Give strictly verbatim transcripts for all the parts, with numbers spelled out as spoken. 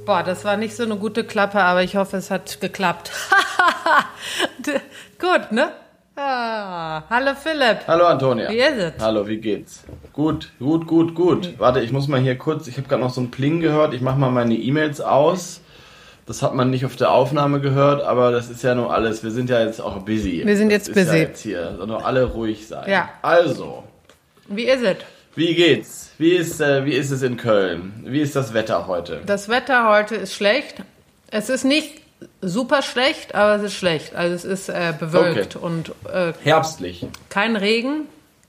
Boah, das war nicht so eine gute Klappe, aber ich hoffe, es hat geklappt. Gut, ne? Ah, hallo Philipp. Hallo Antonia. Wie ist es? Hallo, wie geht's? Gut, gut, gut, gut. Warte, ich muss mal hier kurz, ich habe gerade noch so ein Pling gehört. Ich mache mal meine E-Mails aus. Das hat man nicht auf der Aufnahme gehört, aber das ist ja nur alles. Wir sind ja jetzt auch busy. Wir sind jetzt das busy. Ist ja jetzt hier, soll nur alle ruhig sein. Ja. Also. Wie ist es? Wie geht's? Wie ist, äh, wie ist es in Köln? Wie ist das Wetter heute? Das Wetter heute ist schlecht. Es ist nicht super schlecht, aber es ist schlecht. Also es ist äh, bewölkt Okay. und äh, Herbstlich. kein Regen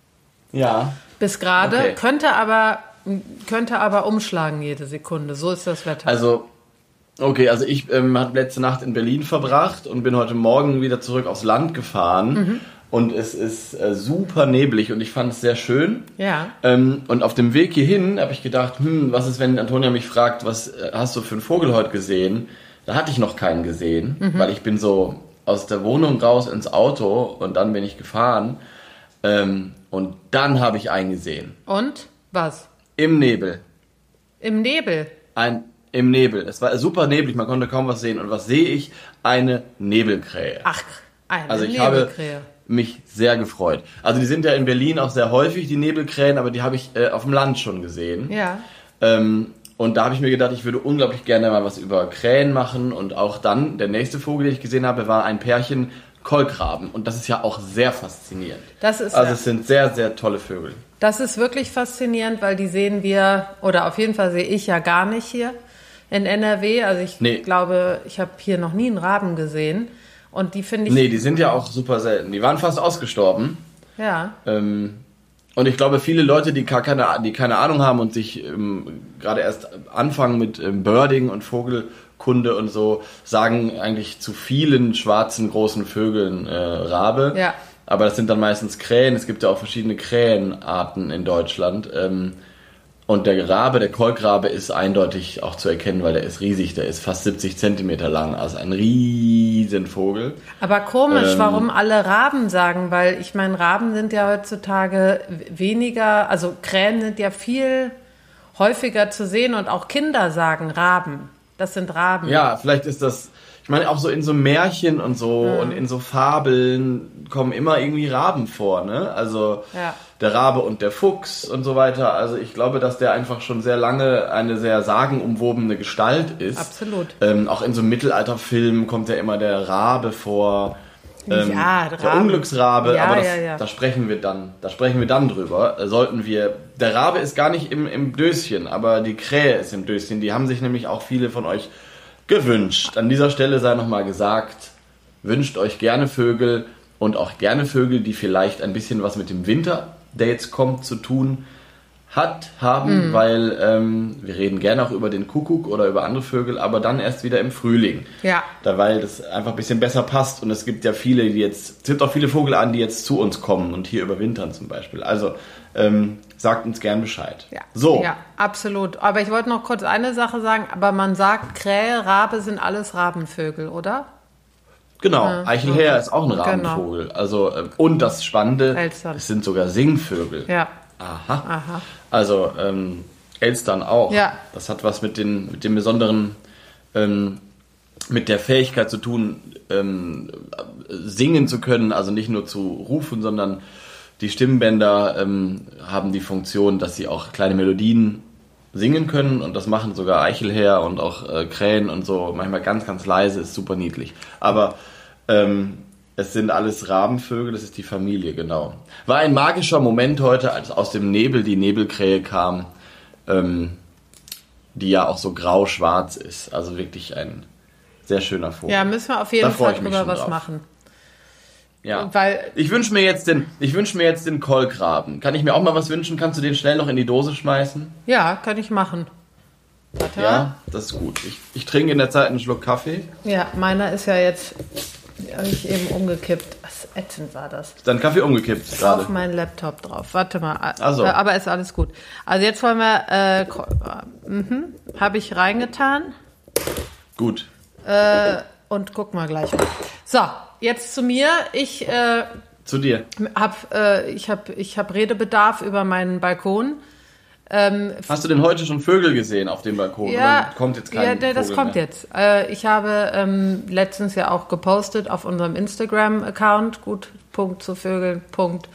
Ja. bis gerade. Okay. Könnte aber könnte aber umschlagen jede Sekunde. So ist das Wetter. Also, okay, also ich ähm, habe letzte Nacht in Berlin verbracht und bin heute Morgen wieder zurück aufs Land gefahren. Mhm. Und es ist äh, super neblig und ich fand es sehr schön. Ja. Ähm, und auf dem Weg hierhin habe ich gedacht, hm, was ist, wenn Antonia mich fragt, was äh, hast du für einen Vogel heute gesehen? Da hatte ich noch keinen gesehen, Mhm. weil ich bin so aus der Wohnung raus ins Auto und dann bin ich gefahren. Ähm, und dann habe ich einen gesehen. Und was? Im Nebel. Im Nebel. Ein, Im Nebel. Es war super neblig, man konnte kaum was sehen. Und was sehe ich? Eine Nebelkrähe. Ach, eine Also ich Nebelkrähe. habe mich sehr gefreut. Also die sind ja in Berlin auch sehr häufig, die Nebelkrähen, aber die habe ich äh, auf dem Land schon gesehen. Ja. Ähm, und da habe ich mir gedacht, ich würde unglaublich gerne mal was über Krähen machen. Und auch dann, der nächste Vogel, den ich gesehen habe, war ein Pärchen Kolkraben. Und das ist ja auch sehr faszinierend. Das ist also ja- es sind sehr, sehr tolle Vögel. Das ist wirklich faszinierend, weil die sehen wir, oder auf jeden Fall sehe ich ja gar nicht hier in N R W. Also ich Nee. glaube, ich habe hier noch nie einen Raben gesehen. Und die finde ich... Nee, die sind ja auch super selten. Die waren fast ausgestorben. Ja, Ähm, und ich glaube, viele Leute, die gar keine, die keine Ahnung haben und sich ähm, gerade erst anfangen mit ähm, Birding und Vogelkunde und so, sagen eigentlich zu vielen schwarzen großen Vögeln äh, Rabe. Ja. Aber das sind dann meistens Krähen. Es gibt ja auch verschiedene Krähenarten in Deutschland. Ähm, und der Rabe, der Kolkrabe, ist eindeutig auch zu erkennen, weil der ist riesig. Der ist fast siebzig Zentimeter lang. Also ein Riesenvogel. aber komisch, Ähm. warum alle Raben sagen, weil ich meine, Raben sind ja heutzutage weniger, also Krähen sind ja viel häufiger zu sehen und auch Kinder sagen Raben. Das sind Raben. Ja, vielleicht ist das, ich meine, auch so in so Märchen und so und in so Fabeln kommen immer irgendwie Raben vor, ne? Also Ja. der Rabe und der Fuchs und so weiter. Also ich glaube, dass der einfach schon sehr lange eine sehr sagenumwobene Gestalt ist. Absolut. Ähm, auch in so Mittelalterfilmen kommt ja immer der Rabe vor. Ähm, Ja, der Raben. Unglücksrabe, Ja, aber das, ja, ja. da sprechen wir dann, da sprechen wir dann drüber. Äh, Sollten wir, der Rabe ist gar nicht im, im Döschen, aber die Krähe ist im Döschen. Die haben sich nämlich auch viele von euch gewünscht. An dieser Stelle sei nochmal gesagt, wünscht euch gerne Vögel und auch gerne Vögel, die vielleicht ein bisschen was mit dem Winter, der jetzt kommt, zu tun hat, haben, Mhm. weil ähm, wir reden gerne auch über den Kuckuck oder über andere Vögel, aber dann erst wieder im Frühling. Ja. Da, weil das einfach ein bisschen besser passt und es gibt ja viele, die jetzt, es gibt auch viele Vogelarten, die jetzt zu uns kommen und hier überwintern zum Beispiel. Also ähm, sagt uns gern Bescheid. Ja. So, Ja, absolut. Aber ich wollte noch kurz eine Sache sagen, aber man sagt, Krähe, Rabe sind alles Rabenvögel, oder? genau, Ja. Eichelherr ist auch ein Genau. Rabenvogel. Also, ähm, und das Spannende, Elstern. es sind sogar Singvögel. Ja. Aha. Aha. Also ähm, Elstern auch. Ja. Das hat was mit, den, mit dem besonderen, ähm, mit der Fähigkeit zu tun, ähm, singen zu können, also nicht nur zu rufen, sondern die Stimmbänder ähm, haben die Funktion, dass sie auch kleine Melodien singen können und das machen sogar Eichelherr und auch äh, Krähen und so, manchmal ganz, ganz leise, ist super niedlich. Aber ähm, es sind alles Rabenvögel, das ist die Familie, genau. War ein magischer Moment heute, als aus dem Nebel die Nebelkrähe kam, ähm, die ja auch so grau-schwarz ist. Also wirklich ein sehr schöner Vogel. Ja, müssen wir auf jeden Da freu Fall ich mich drüber schon was drauf. machen. Ja. Weil, Ich wünsche mir jetzt den, ich wünsche mir jetzt den Kolkraben. Kann ich mir auch mal was wünschen? Kannst du den schnell noch in die Dose schmeißen? ja, kann ich machen. Warte mal. Ja, das ist gut. Ich, ich trinke in der Zeit einen Schluck Kaffee. Ja, meiner ist ja jetzt, habe ich eben umgekippt. Was ätzend war das. Dann Kaffee umgekippt gerade. Auf meinen Laptop drauf. Warte mal. Ach so. Äh, aber ist alles gut. Also jetzt wollen wir, äh, Ko- äh, mhm, habe ich reingetan. Gut. Äh, und guck mal gleich. So, jetzt zu mir. Ich äh, Zu dir. habe äh, ich hab, ich hab Redebedarf über meinen Balkon. Ähm, Hast du denn heute schon Vögel gesehen auf dem Balkon? Ja, oder kommt jetzt kein ja, nee, das Vogel kommt mehr? jetzt. Äh, ich habe ähm, letztens ja auch gepostet auf unserem Instagram-Account, gut, Punkt zu Vögeln, Punkt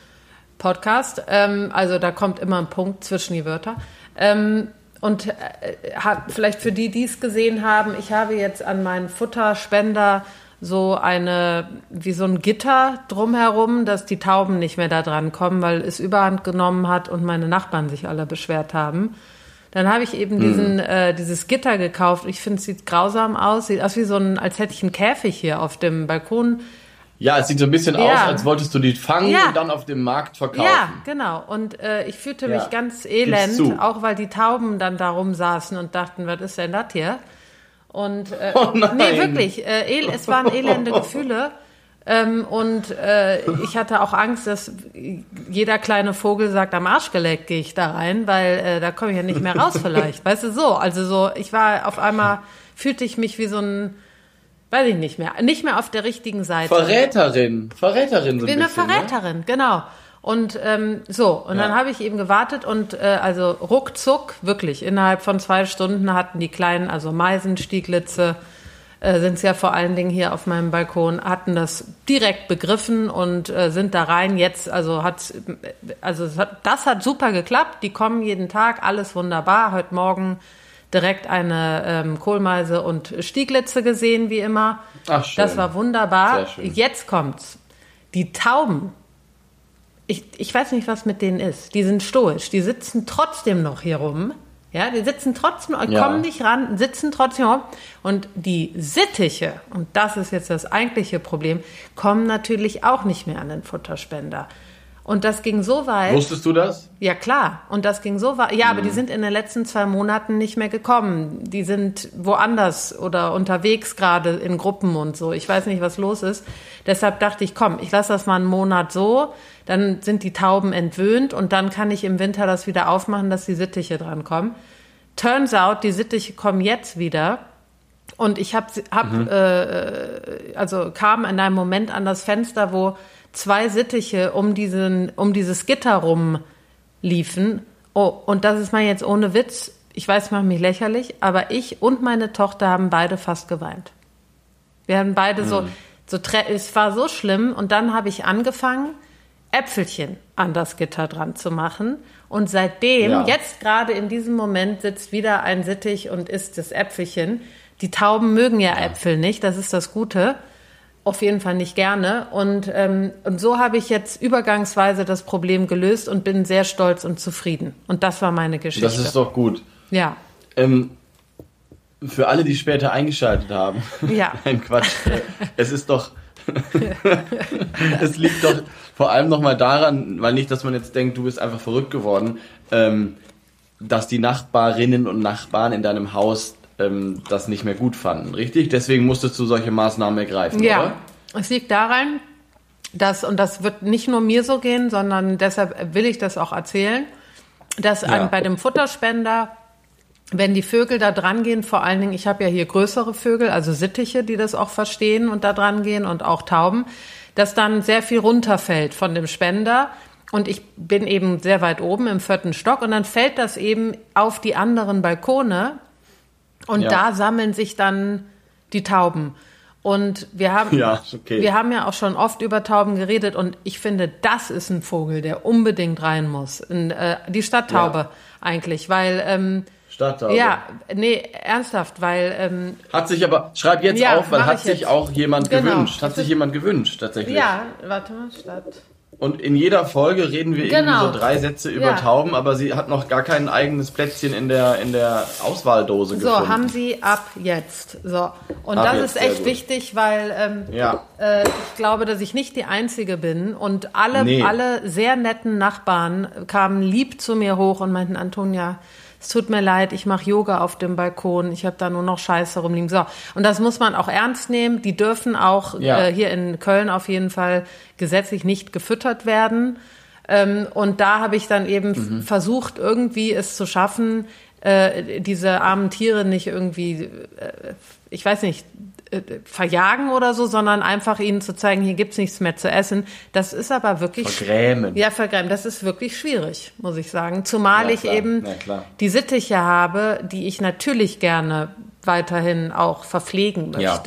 Podcast. Ähm, also da kommt immer ein Punkt zwischen die Wörter. Ähm, und äh, hat, vielleicht für die, die es gesehen haben, ich habe jetzt an meinen Futterspender so eine, wie so ein Gitter drumherum, dass die Tauben nicht mehr da dran kommen, weil es Überhand genommen hat und meine Nachbarn sich alle beschwert haben. Dann habe ich eben diesen, äh, dieses Gitter gekauft. Ich finde, es sieht grausam aus. Sieht aus wie so ein, als hätte ich einen Käfig hier auf dem Balkon. Ja, es sieht so ein bisschen Ja. aus, als wolltest du die fangen Ja. und dann auf dem Markt verkaufen. Ja, genau. Und äh, ich fühlte mich Ja. ganz elend, Gib's zu. auch weil die Tauben dann da rumsaßen und dachten, was ist denn das hier? Und äh, Oh nein. nee, wirklich, äh, el- es waren elende Gefühle. Ähm, und äh, ich hatte auch Angst, dass jeder kleine Vogel sagt, am Arsch geleckt gehe ich da rein, weil äh, da komme ich ja nicht mehr raus vielleicht. Weißt du, so. Also so, ich war auf einmal, fühlte ich mich wie so ein, weiß ich nicht mehr, nicht mehr auf der richtigen Seite. Verräterin, Verräterin so Ich ein bin eine bisschen, Verräterin, ne? Genau. Und ähm, so, und Ja. dann habe ich eben gewartet und äh, also ruckzuck, wirklich, innerhalb von zwei Stunden hatten die kleinen, also Meisen, Stieglitze, äh, sind es ja vor allen Dingen hier auf meinem Balkon, hatten das direkt begriffen und äh, sind da rein. Jetzt, also hat's, also es hat, das hat super geklappt. Die kommen jeden Tag, alles wunderbar. Heute Morgen direkt eine ähm, Kohlmeise und Stieglitze gesehen, wie immer. Ach, schön. Das war wunderbar. Sehr schön. Jetzt kommt's. Die Tauben. Ich, ich weiß nicht, was mit denen ist. Die sind stoisch. Die sitzen trotzdem noch hier rum. Ja, die sitzen trotzdem, Ja. kommen nicht ran, sitzen trotzdem rum. Und die Sittiche, und das ist jetzt das eigentliche Problem, kommen natürlich auch nicht mehr an den Futterspender. Und das ging so weit. Wusstest du das? Ja, klar. Und das ging so weit. Ja, aber die sind in den letzten zwei Monaten nicht mehr gekommen. Die sind woanders oder unterwegs gerade in Gruppen und so. Ich weiß nicht, was los ist. Deshalb dachte ich, komm, ich lasse das mal einen Monat so. Dann sind die Tauben entwöhnt und dann kann ich im Winter das wieder aufmachen, dass die Sittiche dran kommen. Turns out, die Sittiche kommen jetzt wieder. Und ich hab, hab mhm. äh, also kam in einem Moment an das Fenster, wo zwei Sittiche um diesen, um dieses Gitter rum liefen. Oh, und das ist mal jetzt ohne Witz. Ich weiß, ich mache mich lächerlich, aber ich und meine Tochter haben beide fast geweint. Wir haben beide mhm. so, so, es war so schlimm. Und dann habe ich angefangen, Äpfelchen an das Gitter dran zu machen. Und seitdem, ja. jetzt gerade in diesem Moment, sitzt wieder ein Sittich und isst das Äpfelchen. Die Tauben mögen ja, ja Äpfel nicht, das ist das Gute. Auf jeden Fall nicht gerne. Und, ähm, und so habe ich jetzt übergangsweise das Problem gelöst und bin sehr stolz und zufrieden. Und das war meine Geschichte. Das ist doch gut. Ja. Ähm, für alle, die später eingeschaltet haben. Ja. Nein, Quatsch. Es ist doch... Es liegt doch vor allem nochmal daran, weil nicht, dass man jetzt denkt, du bist einfach verrückt geworden, ähm, dass die Nachbarinnen und Nachbarn in deinem Haus ähm, das nicht mehr gut fanden, richtig? Deswegen musstest du solche Maßnahmen ergreifen, ja. oder? Ja, es liegt daran, dass, und das wird nicht nur mir so gehen, sondern deshalb will ich das auch erzählen, dass Ja. an, bei dem Futterspender, wenn die Vögel da dran gehen, vor allen Dingen, ich habe ja hier größere Vögel, also Sittiche, die das auch verstehen und da dran gehen und auch Tauben, dass dann sehr viel runterfällt von dem Spender. Und ich bin eben sehr weit oben im vierten Stock und dann fällt das eben auf die anderen Balkone und Ja. da sammeln sich dann die Tauben. Und wir haben, Ja, okay. wir haben ja auch schon oft über Tauben geredet und ich finde, das ist ein Vogel, der unbedingt rein muss. In, äh, die Stadttaube Ja. eigentlich, weil... Ähm, Stadttaube. Ja, nee, ernsthaft, weil... Ähm, Hat sich aber, schreib jetzt Ja, auf, weil mach hat ich sich jetzt. auch jemand Genau. gewünscht. Hat sich jemand gewünscht, tatsächlich. ja, warte mal, Stadt... Und in jeder Folge reden wir Genau. irgendwie so drei Sätze über Ja. Tauben, aber sie hat noch gar kein eigenes Plätzchen in der, in der Auswahldose So, gefunden. haben Sie ab jetzt. So. Und Ab das jetzt, ist sehr echt gut. wichtig, weil ähm, Ja. äh, ich glaube, dass ich nicht die Einzige bin. Und alle, Nee. alle sehr netten Nachbarn kamen lieb zu mir hoch und meinten, Antonia, es tut mir leid, ich mache Yoga auf dem Balkon, ich habe da nur noch Scheiße rumliegen. So. Und das muss man auch ernst nehmen. Die dürfen auch Ja. äh, hier in Köln auf jeden Fall gesetzlich nicht gefüttert werden. Ähm, und da habe ich dann eben Mhm. f- versucht, irgendwie es zu schaffen, äh, diese armen Tiere nicht irgendwie, äh, ich weiß nicht, äh, verjagen oder so, sondern einfach ihnen zu zeigen, hier gibt's nichts mehr zu essen. Das ist aber wirklich... Vergrämen. Ja, vergrämen. Das ist wirklich schwierig, muss ich sagen. Zumal Ja, ich klar. eben Ja, klar. die Sittiche habe, die ich natürlich gerne weiterhin auch verpflegen möchte. Ja.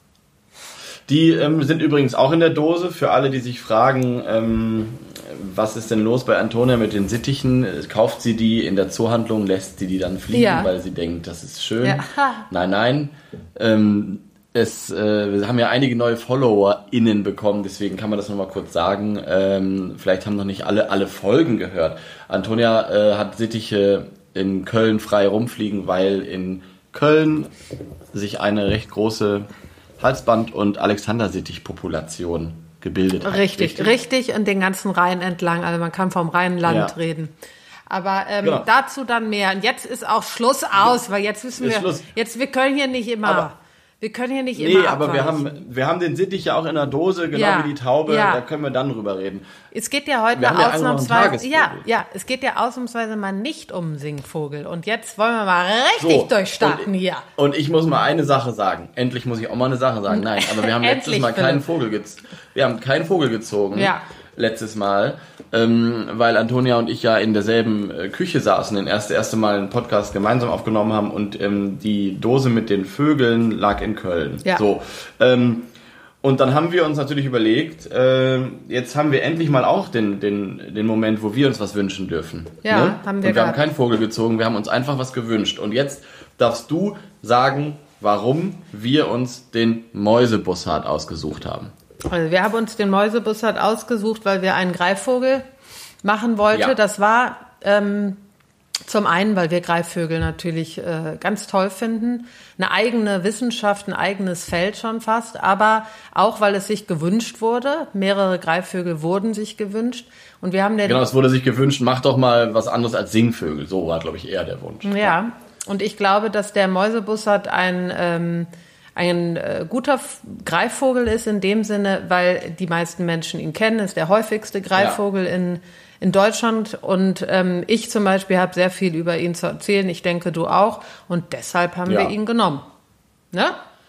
Die ähm, sind übrigens auch in der Dose. Für alle, die sich fragen, ähm, was ist denn los bei Antonia mit den Sittichen? Kauft sie die in der Zoohandlung, lässt sie die dann fliegen, Ja. weil sie denkt, das ist schön. Ja. Nein, nein. Ähm, es, äh, wir haben ja einige neue FollowerInnen bekommen, deswegen kann man das nochmal kurz sagen. Ähm, vielleicht haben noch nicht alle alle Folgen gehört. Antonia äh, hat Sittiche in Köln frei rumfliegen, weil in Köln sich eine recht große Halsband- und Alexander-Sittich-Population gebildet hat. Richtig, richtig, richtig, und den ganzen Rhein entlang. Also man kann vom Rheinland Ja. reden. Aber ähm, Genau. dazu dann mehr. Und jetzt ist auch Schluss aus, weil jetzt wissen Ist wir, Schluss. jetzt wir können hier nicht immer, Aber- wir können hier nicht Nee, immer aber wir abweichen. haben, wir haben den Sittich ja auch in der Dose, genau Ja, wie die Taube, ja. da können wir dann drüber reden. Es geht ja heute Wir haben ja eigentlich noch einen ausnahmsweise, Tagesvogel. ja, ja, es geht ja ausnahmsweise mal nicht um einen Singvogel. Und jetzt wollen wir mal richtig So, durchstarten und, hier. Und ich muss mal eine Sache sagen. Endlich muss ich auch mal eine Sache sagen. Nein, aber wir haben letztes Endlich, Mal keinen Philipp. Vogel gezogen. Wir haben keinen Vogel gezogen. Ja. Letztes Mal, ähm, weil Antonia und ich ja in derselben äh, Küche saßen, den erste erste Mal einen Podcast gemeinsam aufgenommen haben und ähm, die Dose mit den Vögeln lag in Köln. Ja. So. Ähm, und dann haben wir uns natürlich überlegt, äh, jetzt haben wir endlich mal auch den, den, den Moment, wo wir uns was wünschen dürfen. Ja, ne? haben wir Und wir haben gehabt. keinen Vogel gezogen, wir haben uns einfach was gewünscht. Und jetzt darfst du sagen, warum wir uns den Mäusebussard ausgesucht haben. Also wir haben uns den Mäusebussard ausgesucht, weil wir einen Greifvogel machen wollten. Ja. Das war ähm, zum einen, weil wir Greifvögel natürlich äh, ganz toll finden. Eine eigene Wissenschaft, ein eigenes Feld schon fast. Aber auch, weil es sich gewünscht wurde. Mehrere Greifvögel wurden sich gewünscht. Und wir haben den... Genau, es wurde sich gewünscht, mach doch mal was anderes als Singvögel. So war, glaube ich, eher der Wunsch. Ja, und ich glaube, dass der Mäusebussard ein... Ähm, ein äh, guter F- Greifvogel ist in dem Sinne, weil die meisten Menschen ihn kennen, ist der häufigste Greifvogel Ja. in, in Deutschland und ähm, ich zum Beispiel habe sehr viel über ihn zu erzählen, ich denke du auch und deshalb haben Ja. wir ihn genommen. Ne?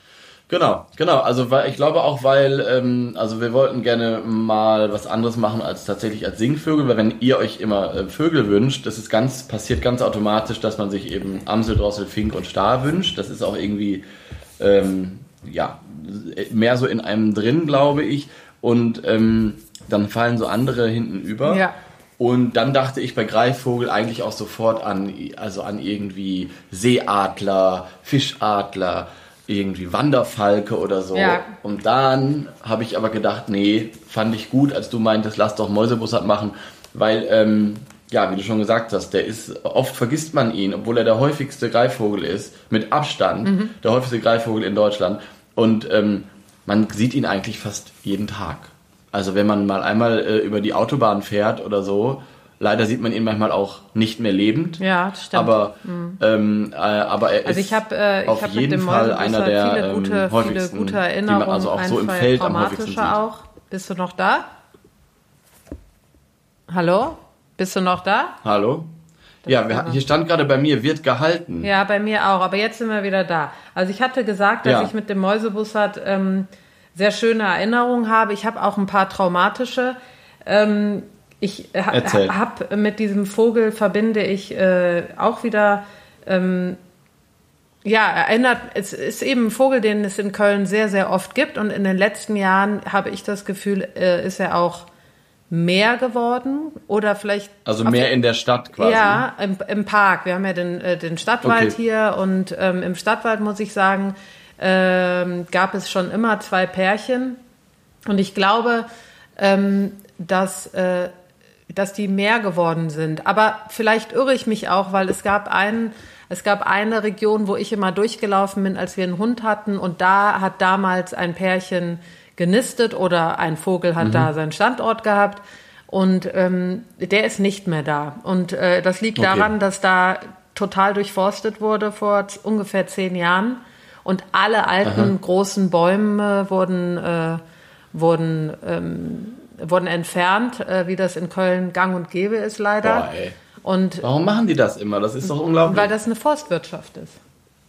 Genau, genau. Also weil ich glaube auch, weil ähm, also wir wollten gerne mal was anderes machen als tatsächlich als Singvögel, weil wenn ihr euch immer äh, Vögel wünscht, das ist ganz passiert ganz automatisch, dass man sich eben Amsel, Drossel, Fink und Star wünscht. Das ist auch irgendwie ähm, ja mehr so in einem drin, glaube ich. Und ähm, dann fallen so andere hinten über. Ja. Und dann dachte ich bei Greifvogel eigentlich auch sofort an, also an irgendwie Seeadler, Fischadler, irgendwie Wanderfalke oder so. Ja. Und dann habe ich aber gedacht, nee, fand ich gut, als du meintest, lass doch Mäusebussard machen, weil, ähm, ja, wie du schon gesagt hast, der ist, oft vergisst man ihn, obwohl er der häufigste Greifvogel ist, mit Abstand, Mhm. der häufigste Greifvogel in Deutschland. Und ähm, man sieht ihn eigentlich fast jeden Tag. Also wenn man mal einmal äh, über die Autobahn fährt oder so, leider sieht man ihn manchmal auch nicht mehr lebend. Ja, das stimmt. Aber, ähm, äh, aber er ist Also ich habe äh, ich auf hab mit jeden dem Fall Mäusebussard einer der viele ähm, gute, viele häufigsten, gute die man Erinnerungen, also auch so im ein, zwei Feld am häufigsten sieht. traumatische auch. Bist du noch da? Hallo? Bist du noch da? Hallo? Ja, wir, hier stand gerade bei mir, wird gehalten. Ja, bei mir auch, aber jetzt sind wir wieder da. Also ich hatte gesagt, dass Ja. ich mit dem Mäusebussard ähm, sehr schöne Erinnerungen habe. Ich habe auch ein paar traumatische. Ähm, ich ha, Erzähl. habe mit diesem Vogel verbinde ich äh, auch wieder, ähm, ja, erinnert, es ist eben ein Vogel, den es in Köln sehr, sehr oft gibt. Und in den letzten Jahren habe ich das Gefühl, äh, ist er auch mehr geworden oder vielleicht... Also auf mehr in der Stadt quasi. Ja, im, im Park. Wir haben ja den, äh, den Stadtwald Okay. hier und ähm, im Stadtwald, muss ich sagen, ähm, gab es schon immer zwei Pärchen. Und ich glaube, ähm, dass, äh, dass die mehr geworden sind. Aber vielleicht irre ich mich auch, weil es gab einen, es gab eine Region, wo ich immer durchgelaufen bin, als wir einen Hund hatten. Und da hat damals ein Pärchen genistet oder ein Vogel hat Mhm. da seinen Standort gehabt. Und ähm, der ist nicht mehr da. Und äh, das liegt Okay. daran, dass da total durchforstet wurde vor z- ungefähr zehn Jahren. Und alle alten Aha. großen Bäume wurden, äh, wurden, ähm, wurden entfernt, äh, wie das in Köln gang und gäbe ist leider. Boah, ey. Und Warum machen die das immer? Das ist doch unglaublich. weil das eine Forstwirtschaft ist.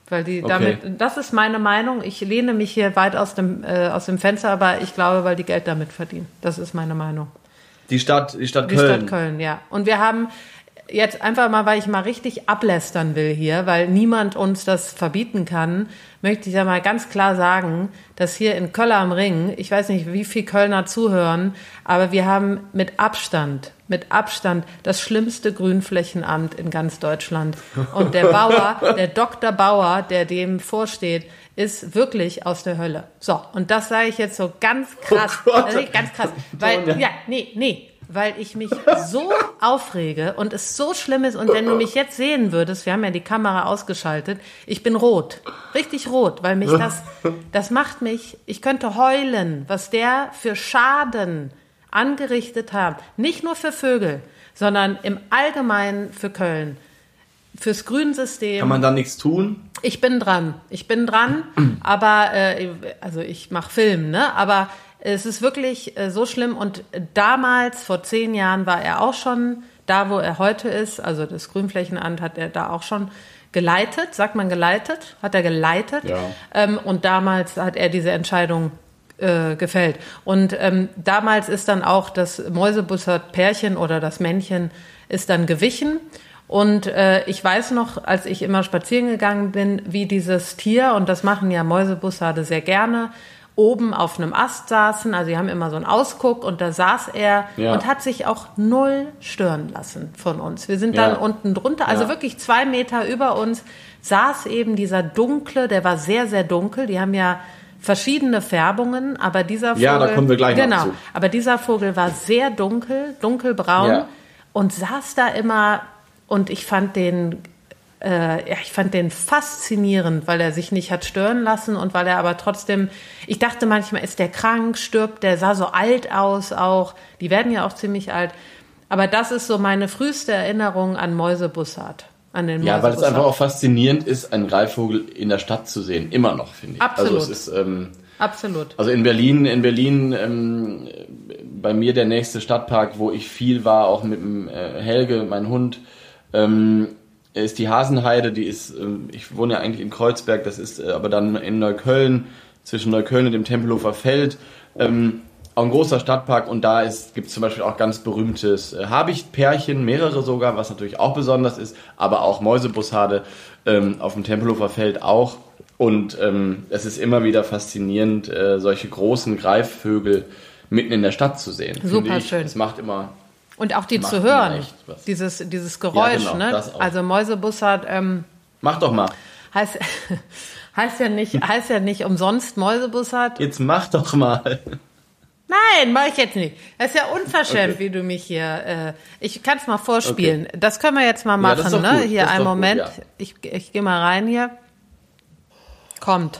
Weil die Okay. damit, das ist meine Meinung. Ich lehne mich hier weit aus dem, äh, aus dem Fenster, aber ich glaube, weil die Geld damit verdienen. Das ist meine Meinung. Die Stadt, die Stadt Die Köln. Stadt Köln, ja. Und wir haben jetzt einfach mal, weil ich mal richtig ablästern will hier, weil niemand uns das verbieten kann, möchte ich ja mal ganz klar sagen, dass hier in Köln am Ring, ich weiß nicht, wie viel Kölner zuhören, aber wir haben mit Abstand, mit Abstand das schlimmste Grünflächenamt in ganz Deutschland. Und der Bauer, der Doktor Bauer, der dem vorsteht, ist wirklich aus der Hölle. So, und das sage ich jetzt so ganz krass, Oh Gott. also ganz krass, weil, ja, nee, nee, weil ich mich so aufrege und es so schlimm ist. Und wenn du mich jetzt sehen würdest, wir haben ja die Kamera ausgeschaltet, ich bin rot, richtig rot, weil mich das, das macht mich, ich könnte heulen, was der für Schaden angerichtet hat. Nicht nur für Vögel, sondern im Allgemeinen für Köln, fürs Grünsystem. Kann man da nichts tun? Ich bin dran, ich bin dran, aber, äh, also ich mache Film, ne, aber es ist wirklich äh, so schlimm und damals, vor zehn Jahren, war er auch schon da, wo er heute ist, also das Grünflächenamt hat er da auch schon geleitet, sagt man geleitet, hat er geleitet Ja. ähm, und damals hat er diese Entscheidung äh, gefällt. Und ähm, damals ist dann auch das Mäusebussard-Pärchen oder das Männchen ist dann gewichen. Und äh, ich weiß noch, als ich immer spazieren gegangen bin, wie dieses Tier, und das machen ja Mäusebussarde sehr gerne, oben auf einem Ast saßen, also die haben immer so einen Ausguck und da saß er Ja. und hat sich auch null stören lassen von uns. Wir sind Ja. dann unten drunter, also Ja. wirklich zwei Meter über uns saß eben dieser dunkle, der war sehr, sehr dunkel, die haben ja verschiedene Färbungen, aber dieser Vogel... Ja, da kommen wir gleich noch genau, zu. aber dieser Vogel war sehr dunkel, dunkelbraun Ja. und saß da immer und ich fand den... Äh, ja, ich fand den faszinierend, weil er sich nicht hat stören lassen und weil er aber trotzdem, ich dachte manchmal, ist der krank, stirbt, der sah so alt aus auch, die werden ja auch ziemlich alt, aber das ist so meine früheste Erinnerung an Mäusebussard, an den Ja, weil es Mäusebussard. einfach auch faszinierend ist, einen Greifvogel in der Stadt zu sehen. Immer noch, finde ich. Absolut. Also es ist, ähm, Absolut. also in Berlin, in Berlin, ähm, bei mir der nächste Stadtpark, wo ich viel war, auch mit dem äh, Helge, mein Hund, ähm, ist die Hasenheide, die ist, ähm, ich wohne ja eigentlich in Kreuzberg, das ist äh, aber dann in Neukölln, zwischen Neukölln und dem Tempelhofer Feld, ähm, auch ein großer Stadtpark und da gibt es zum Beispiel auch ganz berühmtes äh, Habichtpärchen, mehrere sogar, was natürlich auch besonders ist, aber auch Mäusebussarde ähm, auf dem Tempelhofer Feld auch und ähm, es ist immer wieder faszinierend, äh, solche großen Greifvögel mitten in der Stadt zu sehen. Super finde ich. schön. Es macht immer... Und auch die Macht zu mir hören, echt was. dieses, dieses Geräusch, Ja, genau, ne? das auch. Also Mäusebussard, ähm, Mach doch mal. heißt, heißt ja nicht, heißt ja nicht umsonst Mäusebussard. Jetzt mach doch mal. Nein, mache ich jetzt nicht. Das ist ja unverschämt, Okay. wie du mich hier. Äh, ich kann es mal vorspielen. Das können wir jetzt mal Ja, das machen, ist doch ne? gut. Hier Das ist einen doch gut, Moment. ja. Ich, ich gehe mal rein hier. Kommt.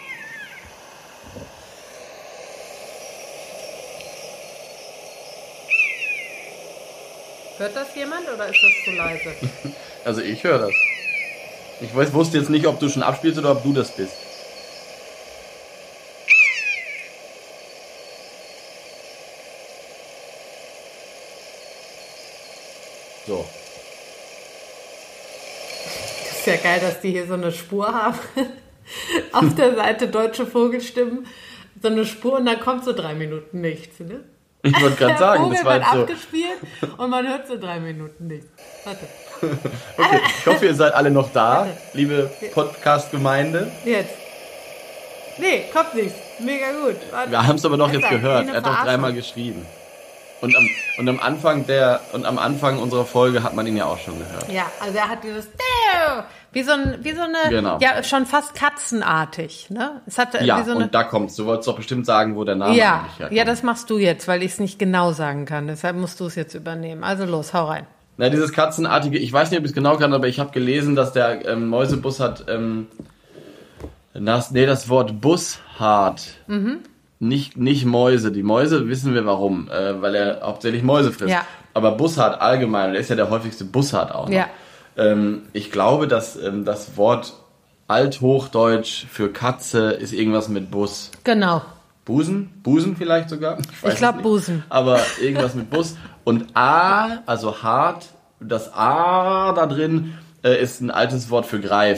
Hört das jemand oder ist das zu leise? Also ich höre das. Ich weiß, wusste jetzt nicht, ob du schon abspielst oder ob du das bist. So. Das ist ja geil, dass die hier so eine Spur haben. Auf der Seite Deutsche Vogelstimmen. So eine Spur und dann kommt so drei Minuten nichts, ne? Ich wollte gerade Der sagen, Vogel das war wird jetzt so. abgespielt und man hört so drei Minuten nichts. Warte, Okay, ich hoffe, ihr seid alle noch da, liebe Podcast-Gemeinde. jetzt. Nee, kommt nichts. Mega gut. Warte. Wir haben es aber doch jetzt Alter, gehört. wie eine Er hat doch Verarschung. dreimal geschrieben. Und am, und am Anfang der und am Anfang unserer Folge hat man ihn ja auch schon gehört. Ja, also er hat dieses wie so, ein, wie so eine, Genau. ja schon fast katzenartig, ne? Es hat Ja, wie so eine, und da kommt's. Du wolltest doch bestimmt sagen, wo der Name ja, eigentlich herkommt. ja, das machst du jetzt, weil ich es nicht genau sagen kann. Deshalb musst du es jetzt übernehmen. Also los, hau rein. Na, dieses Katzenartige, ich weiß nicht, ob ich es genau kann, aber ich habe gelesen, dass der ähm, Mäusebus hat, ähm, das, nee, das Wort Bussard, Mhm. nicht, nicht Mäuse. Die Mäuse wissen wir warum, äh, weil er hauptsächlich Mäuse frisst. Ja. Aber Bussard allgemein, der ist ja der häufigste Bussard auch noch. Ja. Ähm, ich glaube, dass ähm, das Wort Althochdeutsch für Katze ist irgendwas mit Bus. Genau. Busen? Busen vielleicht sogar? weiß Ich es glaub, nicht. Busen. Aber irgendwas mit Bus. Und A, also hart, das A da drin äh, ist ein altes Wort für Greif.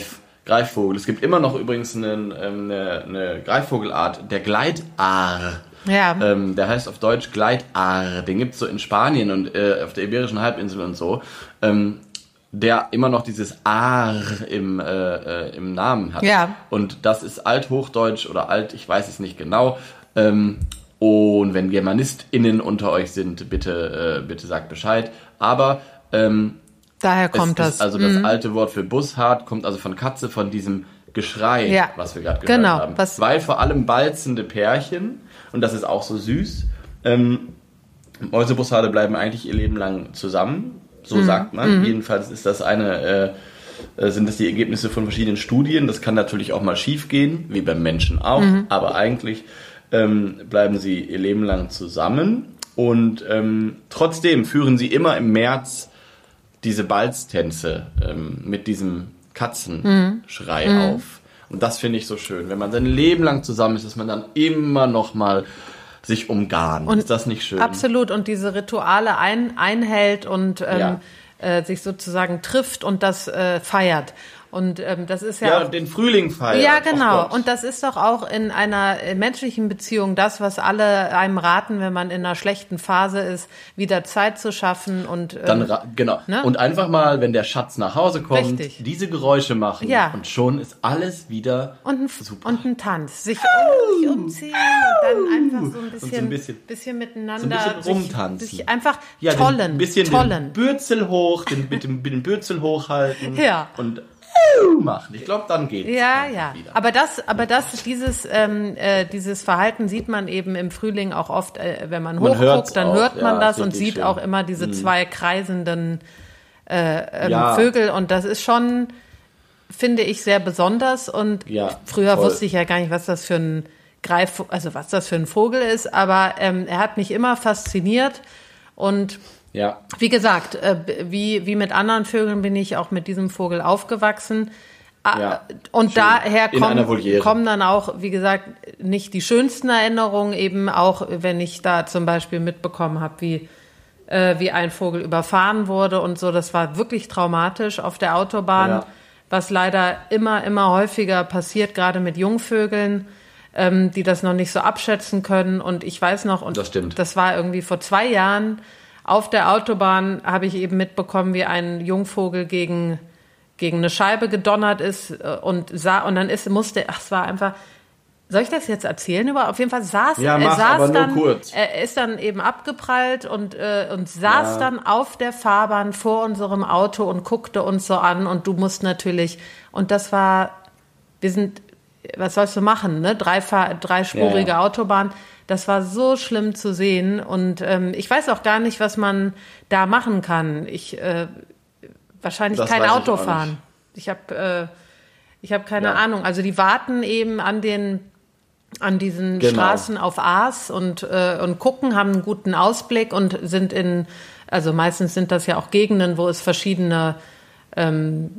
Greifvogel. Es gibt immer noch übrigens eine, eine, eine Greifvogelart, der Gleitaar. Ja. Ähm, der heißt auf Deutsch Gleitaar. Den gibt's so in Spanien und äh, auf der Iberischen Halbinsel und so. Ähm, der immer noch dieses Aar im, äh, im Namen hat. Ja. Und das ist Althochdeutsch oder Alt, ich weiß es nicht genau. Ähm, und wenn GermanistInnen unter euch sind, bitte, äh, bitte sagt Bescheid. Aber ähm, daher kommt das. Also das mhm. alte Wort für Bussard kommt also von Katze, von diesem Geschrei, ja. was wir gerade gehört genau. haben. Was Weil vor allem balzende Pärchen, und das ist auch so süß, ähm, Mäusebussarde bleiben eigentlich ihr Leben lang zusammen. So mhm. sagt man. Mhm. Jedenfalls ist das eine, äh, sind das die Ergebnisse von verschiedenen Studien. Das kann natürlich auch mal schief gehen, wie beim Menschen auch. Mhm. Aber eigentlich ähm, bleiben sie ihr Leben lang zusammen. Und ähm, trotzdem führen sie immer im März diese Balztänze ähm, mit diesem Katzenschrei mhm. auf. Und das finde ich so schön. Wenn man sein Leben lang zusammen ist, dass man dann immer noch mal sich umgarnt. Und ist das nicht schön? Absolut. Und diese Rituale ein, einhält und ähm, ja. äh, sich sozusagen trifft und das äh, feiert. Und ähm, das ist ja, ja auch, den Frühling feiert. Ja, genau. Und das ist doch auch in einer menschlichen Beziehung das, was alle einem raten, wenn man in einer schlechten Phase ist, wieder Zeit zu schaffen und ähm, dann ra- genau. Ne? Und einfach mal, wenn der Schatz nach Hause kommt, Richtig. diese Geräusche machen ja. und schon ist alles wieder und ein, super. Und ein Tanz, sich, um, sich umziehen und dann einfach so ein bisschen, so ein bisschen, bisschen miteinander, so ein bisschen rumtanzen, sich, sich einfach ja, tollen, ein bisschen tollen. Den Bürzel hoch, den, mit dem, mit dem Bürzel hochhalten ja. und machen. Ich glaube, dann geht's. Ja, ja. Wieder. Aber das, aber das, dieses, ähm, äh, dieses Verhalten sieht man eben im Frühling auch oft, äh, wenn man, man hochguckt, dann auch. hört man ja, das und sieht schön. Auch immer diese hm. zwei kreisenden äh, ähm, ja. Vögel und das ist schon, finde ich, sehr besonders und ja, früher voll. wusste ich ja gar nicht, was das für ein Greif, also was das für ein Vogel ist, aber ähm, er hat mich immer fasziniert und ja. Wie gesagt, äh, wie, wie mit anderen Vögeln bin ich auch mit diesem Vogel aufgewachsen. Ja, und schön. Daher kommen, kommen dann auch, wie gesagt, nicht die schönsten Erinnerungen, eben auch, wenn ich da zum Beispiel mitbekommen habe, wie, äh, wie ein Vogel überfahren wurde und so. Das war wirklich traumatisch auf der Autobahn, ja. was leider immer, immer häufiger passiert, gerade mit Jungvögeln, ähm, die das noch nicht so abschätzen können. Und ich weiß noch, und das stimmt. Das war irgendwie vor zwei Jahren, auf der Autobahn habe ich eben mitbekommen, wie ein Jungvogel gegen, gegen eine Scheibe gedonnert ist und sah, und dann ist, musste, ach, es war einfach, soll ich das jetzt erzählen? Über, auf jeden Fall saß, ja, er mach, saß aber nur dann, kurz. er ist dann eben abgeprallt und, äh, und saß ja. dann auf der Fahrbahn vor unserem Auto und guckte uns so an und du musst natürlich, und das war, wir sind, was sollst du machen, ne? Drei, dreispurige ja. Autobahn. Das war so schlimm zu sehen und ähm, ich weiß auch gar nicht, was man da machen kann. Ich äh, wahrscheinlich das kein weiß Auto ich fahren. Ich habe äh, ich habe keine ja. Ahnung. Also die warten eben an den an diesen genau. Straßen auf Aas und äh, und gucken, haben einen guten Ausblick und sind in, also meistens sind das ja auch Gegenden, wo es verschiedene ähm,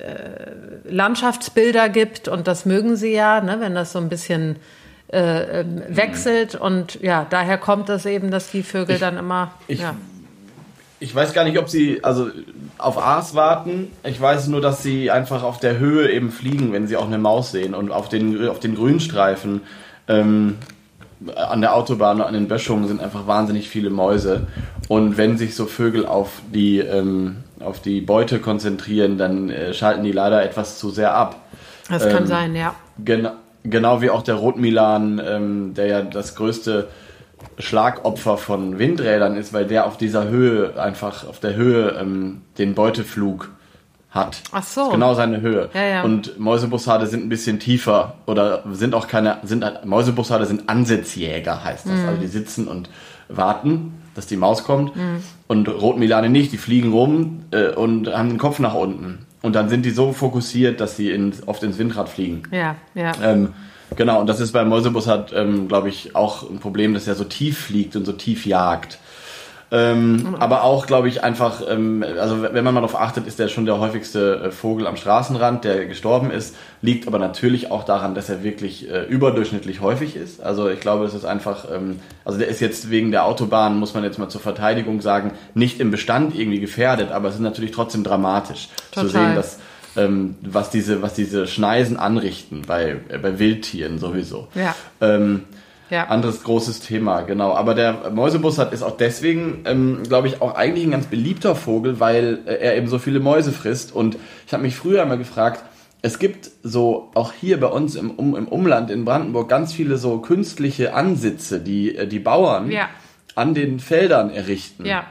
äh, Landschaftsbilder gibt und das mögen sie ja, ne, wenn das so ein bisschen Äh, wechselt und ja, daher kommt das eben, dass die Vögel ich, dann immer ich, ja. ich weiß gar nicht, ob sie also auf Aas warten, ich weiß nur, dass sie einfach auf der Höhe eben fliegen, wenn sie auch eine Maus sehen und auf den, auf den Grünstreifen ähm, an der Autobahn und an den Böschungen sind einfach wahnsinnig viele Mäuse und wenn sich so Vögel auf die, ähm, auf die Beute konzentrieren, dann äh, schalten die leider etwas zu sehr ab. Das ähm, kann sein, ja. Genau. Genau wie auch der Rotmilan, ähm, der ja das größte Schlagopfer von Windrädern ist, weil der auf dieser Höhe, einfach auf der Höhe ähm, den Beuteflug hat. Ach so. Genau seine Höhe. Ja, ja. Und Mäusebussarde sind ein bisschen tiefer oder sind auch keine, sind Mäusebussarde sind Ansitzjäger, heißt das. Mhm. Also die sitzen und warten, dass die Maus kommt. Mhm. Und Rotmilane nicht, die fliegen rum äh, und haben den Kopf nach unten. Und dann sind die so fokussiert, dass sie in, oft ins Windrad fliegen. Ja, ja. Ähm, genau, und das ist bei Mäusebussard, ähm, glaube ich, auch ein Problem, dass er so tief fliegt und so tief jagt. Ähm, mhm. Aber auch, glaube ich, einfach, ähm, also wenn man mal darauf achtet, ist der schon der häufigste äh, Vogel am Straßenrand, der gestorben ist, liegt aber natürlich auch daran, dass er wirklich äh, überdurchschnittlich häufig ist. Also ich glaube, es ist einfach, ähm, also der ist jetzt wegen der Autobahn, muss man jetzt mal zur Verteidigung sagen, nicht im Bestand irgendwie gefährdet, aber es ist natürlich trotzdem dramatisch Total. zu sehen, dass ähm, was diese, was diese Schneisen anrichten bei, äh, bei Wildtieren sowieso. Ja. Ähm, Ja. Anderes großes Thema, genau. Aber der Mäusebussard ist auch deswegen, ähm, glaube ich, auch eigentlich ein ganz beliebter Vogel, weil äh, er eben so viele Mäuse frisst. Und ich habe mich früher einmal gefragt, es gibt so auch hier bei uns im, um, im Umland in Brandenburg ganz viele so künstliche Ansitze, die äh, die Bauern Ja. an den Feldern errichten. Ja.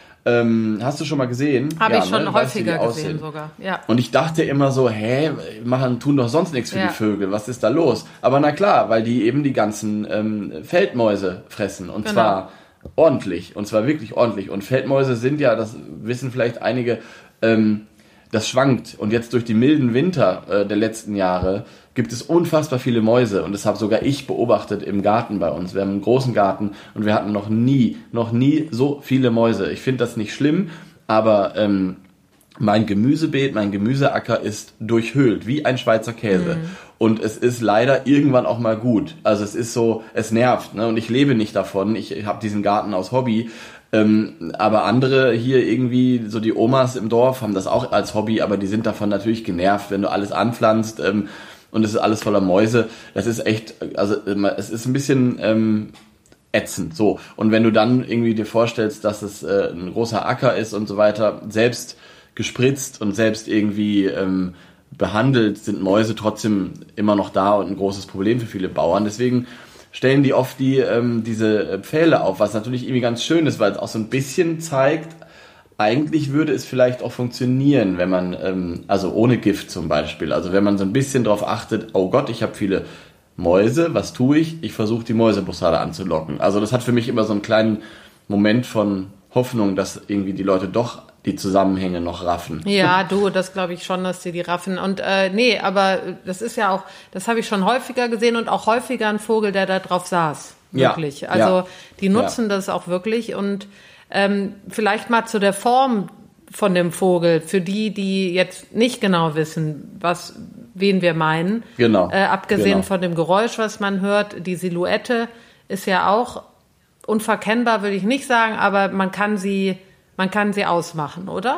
Ähm, hast du schon mal gesehen? Habe ja, ich schon ne? Weißt du, wie die häufiger gesehen aussehen? sogar. Ja. Und ich dachte immer so, hä, machen, tun doch sonst nichts für Ja. die Vögel, was ist da los? Aber na klar, weil die eben die ganzen ähm, Feldmäuse fressen und Genau. zwar ordentlich und zwar wirklich ordentlich. Und Feldmäuse sind ja, das wissen vielleicht einige, ähm, das schwankt. Und jetzt durch die milden Winter äh, der letzten Jahre gibt es unfassbar viele Mäuse und das habe sogar ich beobachtet im Garten bei uns. Wir haben einen großen Garten und wir hatten noch nie, noch nie so viele Mäuse. Ich finde das nicht schlimm, aber ähm, mein Gemüsebeet, mein Gemüseacker ist durchhöhlt, wie ein Schweizer Käse. Mhm. Und es ist leider irgendwann auch mal gut. Also es ist so, es nervt, ne? Und ich lebe nicht davon. Ich habe diesen Garten aus Hobby. Ähm, aber andere hier irgendwie, so die Omas im Dorf, haben das auch als Hobby, aber die sind davon natürlich genervt, wenn du alles anpflanzt ähm, und es ist alles voller Mäuse. Das ist echt, also es ist ein bisschen ähm, ätzend. So. Und wenn du dann irgendwie dir vorstellst, dass es äh, ein großer Acker ist und so weiter, selbst gespritzt und selbst irgendwie ähm, behandelt, sind Mäuse trotzdem immer noch da und ein großes Problem für viele Bauern. Deswegen stellen die oft die ähm, diese Pfähle auf, was natürlich irgendwie ganz schön ist, weil es auch so ein bisschen zeigt, eigentlich würde es vielleicht auch funktionieren, wenn man, ähm, also ohne Gift zum Beispiel, also wenn man so ein bisschen darauf achtet, oh Gott, ich habe viele Mäuse, was tue ich? Ich versuche die Mäusebussarde anzulocken. Also das hat für mich immer so einen kleinen Moment von Hoffnung, dass irgendwie die Leute doch die Zusammenhänge noch raffen. Ja, du, das glaube ich schon, dass die die raffen. Und äh, nee, aber das ist ja auch, das habe ich schon häufiger gesehen und auch häufiger ein Vogel, der da drauf saß. Wirklich. Ja, also ja. die nutzen Ja. das auch wirklich. Und ähm, vielleicht mal zu der Form von dem Vogel, für die, die jetzt nicht genau wissen, was, wen wir meinen. Genau. Äh, abgesehen Genau. von dem Geräusch, was man hört, die Silhouette ist ja auch unverkennbar, würde ich nicht sagen, aber man kann sie, man kann sie ausmachen, oder?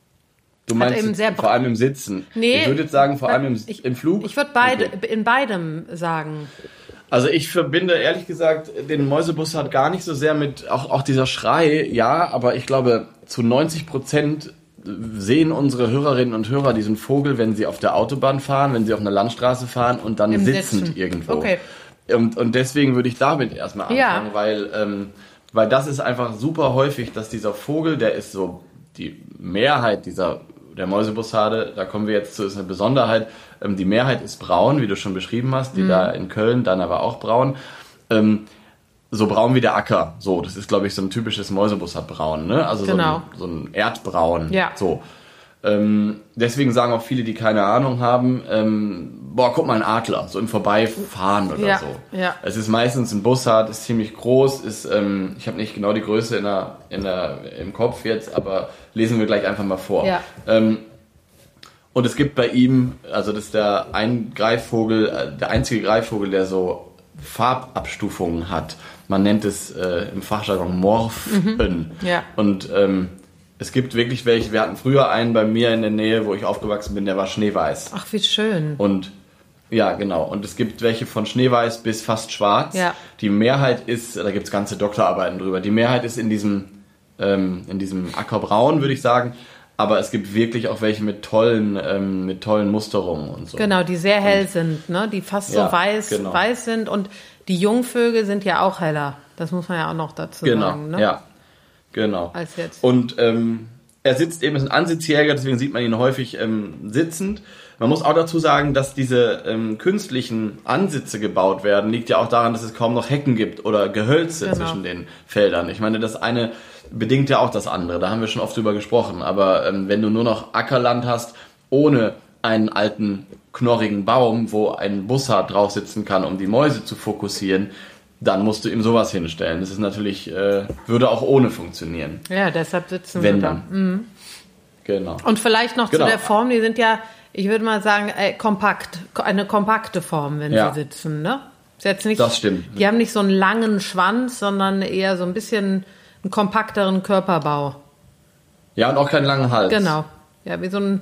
Du meinst eben jetzt sehr vor allem im Sitzen. Nee, ich würde jetzt sagen, vor allem im, ich, im Flug. Ich würde beide, Okay. in beidem sagen. Also ich verbinde ehrlich gesagt den Mäusebussard gar nicht so sehr mit, auch, auch dieser Schrei, ja, aber ich glaube zu neunzig Prozent sehen unsere Hörerinnen und Hörer diesen Vogel, wenn sie auf der Autobahn fahren, wenn sie auf einer Landstraße fahren und dann Im sitzend Sitzen. irgendwo. Okay. Und, und deswegen würde ich damit erstmal anfangen, Ja. weil, ähm, weil das ist einfach super häufig, dass dieser Vogel, der ist so die Mehrheit dieser der Mäusebussarde, da kommen wir jetzt zu, ist eine Besonderheit, ähm, die Mehrheit ist braun, wie du schon beschrieben hast, die Mhm. da in Köln, dann aber auch braun. Ähm, so braun wie der Acker. So, das ist, glaube ich, so ein typisches Mäusebussardbraun, ne? Also Genau. so, ein, so ein Erdbraun. Ja. So. Ähm, deswegen sagen auch viele, die keine Ahnung haben, ähm, boah, guck mal, ein Adler, so im Vorbeifahren oder Ja, so. ja. Es ist meistens ein Bussard, ist ziemlich groß, ist, ähm, ich habe nicht genau die Größe in der, in der, im Kopf jetzt, aber lesen wir gleich einfach mal vor. Ja. Ähm, und es gibt bei ihm, also das ist der ein Greifvogel, äh, der einzige Greifvogel, der so Farbabstufungen hat. Man nennt es äh, im Fachjargon Morphen. Ja. Und ähm, es gibt wirklich welche, wir hatten früher einen bei mir in der Nähe, wo ich aufgewachsen bin, der war schneeweiß. Ach, wie schön. Und ja, genau. Und es gibt welche von schneeweiß bis fast schwarz. Ja. Die Mehrheit ist, da gibt es ganze Doktorarbeiten drüber, die Mehrheit ist in diesem, ähm, in diesem Ackerbraun, würde ich sagen. Aber es gibt wirklich auch welche mit tollen, ähm, mit tollen Musterungen und so. Genau, die sehr hell sind, ne? Die fast Ja, so weiß, genau. weiß sind. Und die Jungvögel sind ja auch heller. Das muss man ja auch noch dazu Genau, sagen, ne? ja. Genau. Als jetzt. Und ähm, er sitzt eben, ist ein Ansitzjäger, deswegen sieht man ihn häufig ähm, sitzend. Man muss auch dazu sagen, dass diese ähm, künstlichen Ansitze gebaut werden, liegt ja auch daran, dass es kaum noch Hecken gibt oder Gehölze Genau. zwischen den Feldern. Ich meine, das eine bedingt ja auch das andere, da haben wir schon oft drüber gesprochen. Aber ähm, wenn du nur noch Ackerland hast, ohne einen alten, knorrigen Baum, wo ein Bussard drauf sitzen kann, um die Mäuse zu fokussieren, dann musst du ihm sowas hinstellen. Das ist natürlich, äh, würde auch ohne funktionieren. Ja, deshalb sitzen Wenn sie da. dann. Mhm. Genau. Und vielleicht noch Genau. zu der Form, die sind ja, ich würde mal sagen, äh, kompakt. Eine kompakte Form, wenn Ja. sie sitzen, ne? Ist jetzt nicht, Das stimmt. Die haben nicht so einen langen Schwanz, sondern eher so ein bisschen einen kompakteren Körperbau. Ja, und auch keinen langen Hals. Genau. Ja, wie so ein,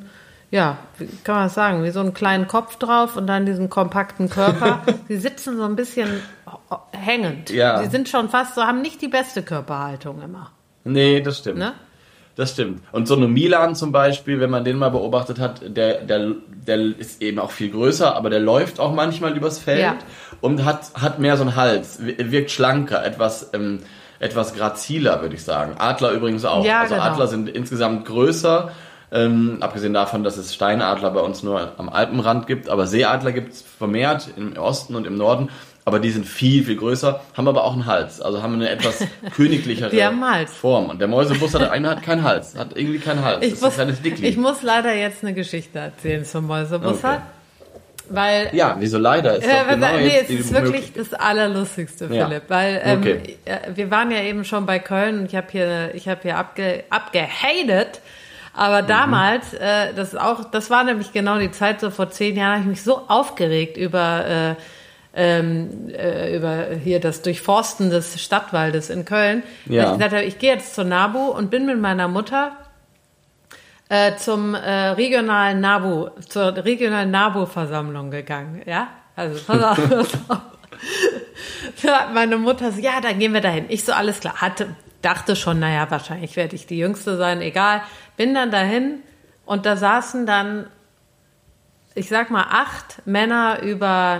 ja, wie kann man das sagen, wie so einen kleinen Kopf drauf und dann diesen kompakten Körper. Sie sitzen so ein bisschen hängend. Ja. Sie sind schon fast so, haben nicht die beste Körperhaltung immer. Nee, das stimmt. Ne? Das stimmt. Und so eine Milan zum Beispiel, wenn man den mal beobachtet hat, der, der, der ist eben auch viel größer, aber der läuft auch manchmal übers Feld Ja. und hat, hat mehr so einen Hals, wirkt schlanker, etwas, ähm, etwas graziler, würde ich sagen. Adler übrigens auch. Ja, also genau. Adler sind insgesamt größer, ähm, abgesehen davon, dass es Steinadler bei uns nur am Alpenrand gibt, aber Seeadler gibt es vermehrt im Osten und im Norden. Aber die sind viel, viel größer, haben aber auch einen Hals. Also haben eine etwas königlichere Die haben einen Hals. Form. Und der Mäusebussard, der eine hat keinen Hals. Hat irgendwie keinen Hals. Ich das muss, ist ein kleines Dickli. ich muss leider jetzt eine Geschichte erzählen zum Mäusebussard. Okay. Weil, Ja, wieso leider? Ist äh, doch genau nee, jetzt es die ist wirklich Möglichkeit. das Allerlustigste, Ja. Philipp. Weil ähm, Okay. äh, wir waren ja eben schon bei Köln und ich habe hier, ich habe hier abge, abgehatet. Aber Mhm. damals, äh, das ist auch, das war nämlich genau die Zeit, so vor zehn Jahren, habe ich mich so aufgeregt über äh, ähm, äh, über hier das Durchforsten des Stadtwaldes in Köln. Ja. Dass ich gesagt habe, ich gehe jetzt zur NABU und bin mit meiner Mutter äh, zum äh, regionalen NABU, zur regionalen NABU-Versammlung gegangen. Ja, also pass auf, pass auf. Ja, meine Mutter so, ja, dann gehen wir dahin. Ich so, alles klar. Hatte, dachte schon, naja, wahrscheinlich werde ich die Jüngste sein, egal. Bin dann dahin und da saßen dann, ich sag mal, acht Männer über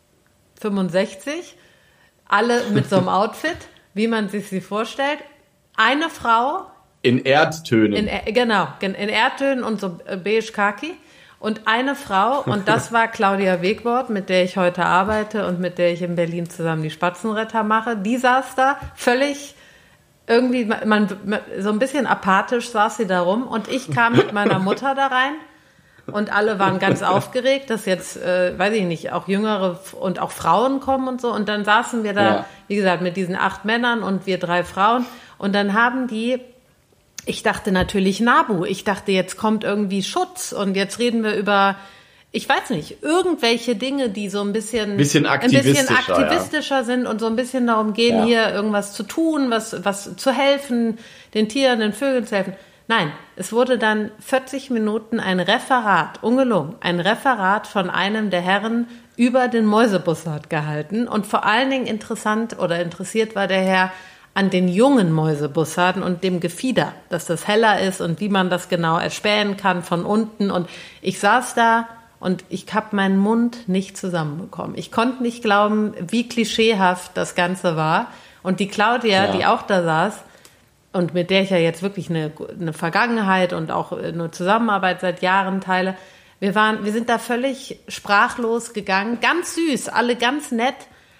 fünfundsechzig, alle mit so einem Outfit, wie man sich sie vorstellt. Eine Frau, In Erdtönen. in, Er- genau, in Erdtönen und so beige Khaki. Und eine Frau, und das war Claudia Wegwort, mit der ich heute arbeite und mit der ich in Berlin zusammen die Spatzenretter mache. Die saß da völlig irgendwie, man, man, so ein bisschen apathisch saß sie da rum. Und ich kam mit meiner Mutter da rein. Und alle waren ganz aufgeregt, dass jetzt, äh, weiß ich nicht, auch Jüngere und auch Frauen kommen und so. Und dann saßen wir da, Ja. wie gesagt, mit diesen acht Männern und wir drei Frauen. Und dann haben die, ich dachte natürlich NABU. Ich dachte, jetzt kommt irgendwie Schutz. Und jetzt reden wir über, ich weiß nicht, irgendwelche Dinge, die so ein bisschen, Bisschen ein bisschen aktivistischer, aktivistischer sind und so ein bisschen darum gehen, Ja. hier irgendwas zu tun, was, was zu helfen, den Tieren, den Vögeln zu helfen. Nein, es wurde dann vierzig Minuten ein Referat, ungelungen, ein Referat von einem der Herren über den Mäusebussard gehalten. Und vor allen Dingen interessant oder interessiert war der Herr an den jungen Mäusebussarden und dem Gefieder, dass das heller ist und wie man das genau erspähen kann von unten. Und ich saß da und ich habe meinen Mund nicht zusammenbekommen. Ich konnte nicht glauben, wie klischeehaft das Ganze war. Und die Claudia, Ja. die auch da saß, und mit der ich ja jetzt wirklich eine, eine Vergangenheit und auch eine Zusammenarbeit seit Jahren teile, wir waren, wir sind da völlig sprachlos gegangen, ganz süß, alle ganz nett,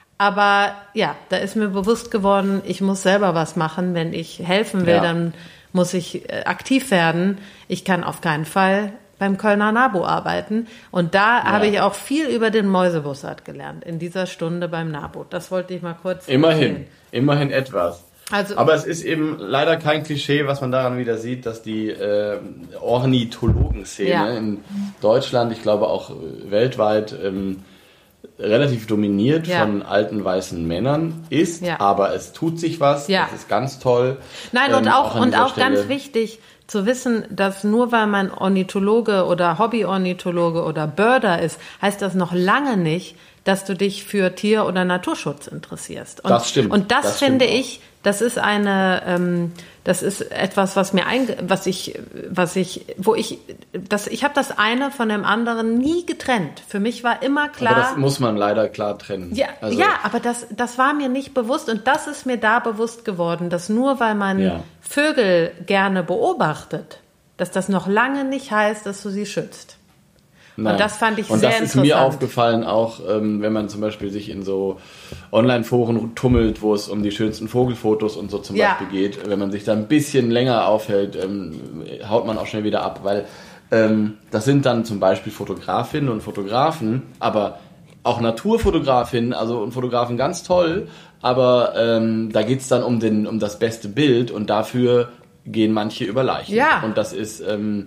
aber ja, da ist mir bewusst geworden, ich muss selber was machen, wenn ich helfen will, Ja. dann muss ich äh, aktiv werden. Ich kann auf keinen Fall beim Kölner NABU arbeiten und da habe ich auch viel über den Mäusebussard gelernt, in dieser Stunde beim NABU. Das wollte ich mal kurz Immerhin. erzählen. Immerhin etwas. Also, Aber es ist eben leider kein Klischee, was man daran wieder sieht, dass die äh, Ornithologenszene Ja. in Deutschland, ich glaube auch äh, weltweit, ähm, relativ dominiert Ja. von alten weißen Männern ist. Ja. Aber es tut sich was, Ja. das ist ganz toll. Nein, und Ähm, auch, an und dieser auch ganz Stelle- wichtig zu wissen, dass nur weil man Ornithologe oder Hobbyornithologe oder Birder ist, heißt das noch lange nicht, dass du dich für Tier- oder Naturschutz interessierst. Und, Das stimmt. Und das, Das finde stimmt auch. ich, das ist eine, ähm, das ist etwas, was mir einge, was ich, was ich, wo ich, das, ich habe das eine von dem anderen nie getrennt. Für mich war immer klar. Aber das muss man leider klar trennen. Ja, Also, ja, aber das, das war mir nicht bewusst und das ist mir da bewusst geworden, dass nur weil man Ja. Vögel gerne beobachtet, dass das noch lange nicht heißt, dass du sie schützt. Nein. Und das fand ich und sehr das ist interessant. mir aufgefallen, auch ähm, wenn man zum Beispiel sich in so Online-Foren tummelt, wo es um die schönsten Vogelfotos und so zum Ja. Beispiel geht. Wenn man sich da ein bisschen länger aufhält, ähm, haut man auch schnell wieder ab, weil ähm, das sind dann zum Beispiel Fotografinnen und Fotografen, aber auch Naturfotografinnen, also und Fotografen ganz toll, aber ähm, da geht's dann um, den, um das beste Bild und dafür gehen manche über Leichen. Ja. Und das ist ähm,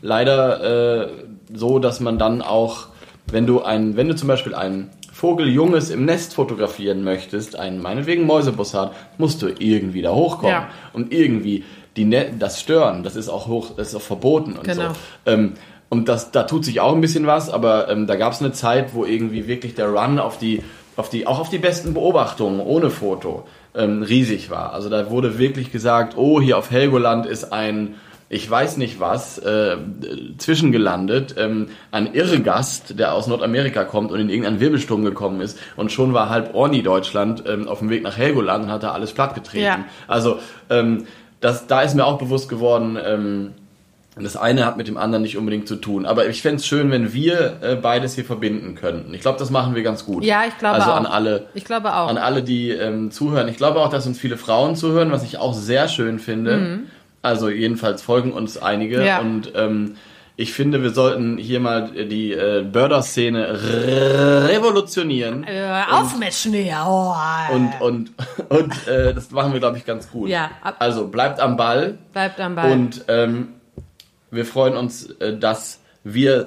leider äh, so, dass man dann auch, wenn du ein, wenn du zum Beispiel ein Vogeljunges im Nest fotografieren möchtest, einen meinetwegen Mäusebussard, musst du irgendwie da hochkommen Ja. und irgendwie die ne- das stören. Das ist auch hoch, das ist auch verboten und Genau. so. Ähm, und das, da tut sich auch ein bisschen was, aber ähm, da gab es eine Zeit, wo irgendwie wirklich der Run auf die, auf die, auch auf die besten Beobachtungen ohne Foto ähm, riesig war. Also da wurde wirklich gesagt, oh, hier auf Helgoland ist ein, ich weiß nicht was, äh, zwischengelandet, ähm, ein Irrgast, der aus Nordamerika kommt und in irgendeinen Wirbelsturm gekommen ist und schon war halb Orni Deutschland ähm, auf dem Weg nach Helgoland und hat da alles plattgetreten. Ja. Also ähm, das, da ist mir auch bewusst geworden, ähm, das eine hat mit dem anderen nicht unbedingt zu tun. Aber ich fände es schön, wenn wir äh, beides hier verbinden könnten. Ich glaube, das machen wir ganz gut. Ja, ich glaube also auch. An alle, ich glaube auch. An alle, die ähm, zuhören. Ich glaube auch, dass uns viele Frauen zuhören, was ich auch sehr schön finde. Mhm. Also jedenfalls folgen uns einige. Ja. Und ähm, ich finde, wir sollten hier mal die äh, Börder-Szene re- revolutionieren. Äh, aufmischen hier. Oh. Und, und, und äh, das machen wir, glaube ich, ganz gut. Ja. Ab- also bleibt am Ball. Bleibt am Ball. Und ähm, wir freuen uns, äh, dass wir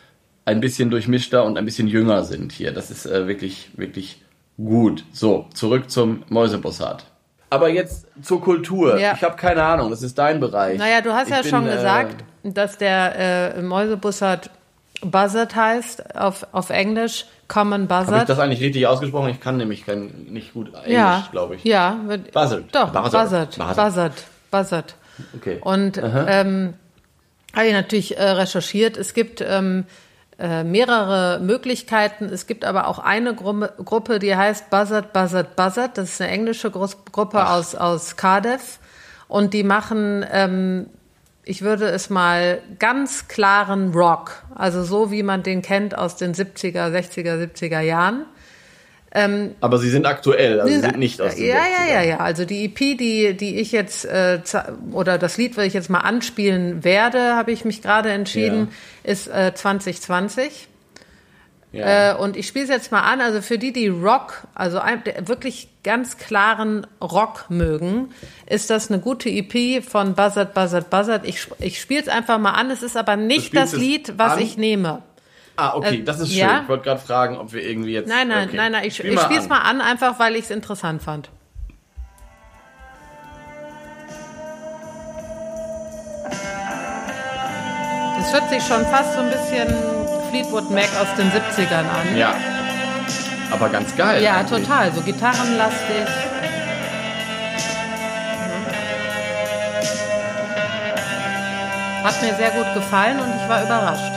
ein bisschen durchmischter und ein bisschen jünger sind hier. Das ist äh, wirklich, wirklich gut. So, zurück zum Mäusebussard. Aber jetzt zur Kultur. Ja. Ich habe keine Ahnung, das ist dein Bereich. Naja, du hast ich ja bin, schon äh, gesagt, dass der äh, Mäusebussard Buzzard heißt, auf, auf Englisch Common Buzzard. Habe ich das eigentlich richtig ausgesprochen? Ich kann nämlich kein, nicht gut Englisch, ja, glaube ich. Ja, Buzzard. Doch, Buzzard. Buzzard. Buzzard. Buzzard. Okay. Und ähm, habe ich natürlich äh, recherchiert. Es gibt ähm, äh, mehrere Möglichkeiten. Es gibt aber auch eine Gru- Gruppe, die heißt Buzzard, Buzzard, Buzzard. Das ist eine englische Gru- Gruppe aus, aus Cardiff. Und die machen, ähm, ich würde es mal, ganz klaren Rock. Also so, wie man den kennt aus den siebziger, sechziger, siebziger Jahren. Ähm, aber sie sind aktuell, also sie sind nicht aus den Ja, sechzigern. ja, ja, ja. Also die E P, die, die ich jetzt, äh, oder das Lied, was ich jetzt mal anspielen werde, habe ich mich gerade entschieden, ja. ist äh, zwanzig zwanzig. Ja. Äh, und ich spiele es jetzt mal an. Also für die, die Rock, also ein, wirklich ganz klaren Rock mögen, ist das eine gute E P von Buzzard, Buzzard, Buzzard. Ich, ich spiele es einfach mal an. Es ist aber nicht das Lied, was an? ich nehme. Ah, okay, das ist schön. Ja? Ich wollte gerade fragen, ob wir irgendwie jetzt... Nein, nein, okay. nein, nein, ich, ich spiele es mal an, einfach weil ich es interessant fand. Das hört sich schon fast so ein bisschen Fleetwood Mac aus den siebzigern an. Ja, aber ganz geil. Ja, eigentlich. total, so gitarrenlastig. Hat mir sehr gut gefallen und ich war überrascht.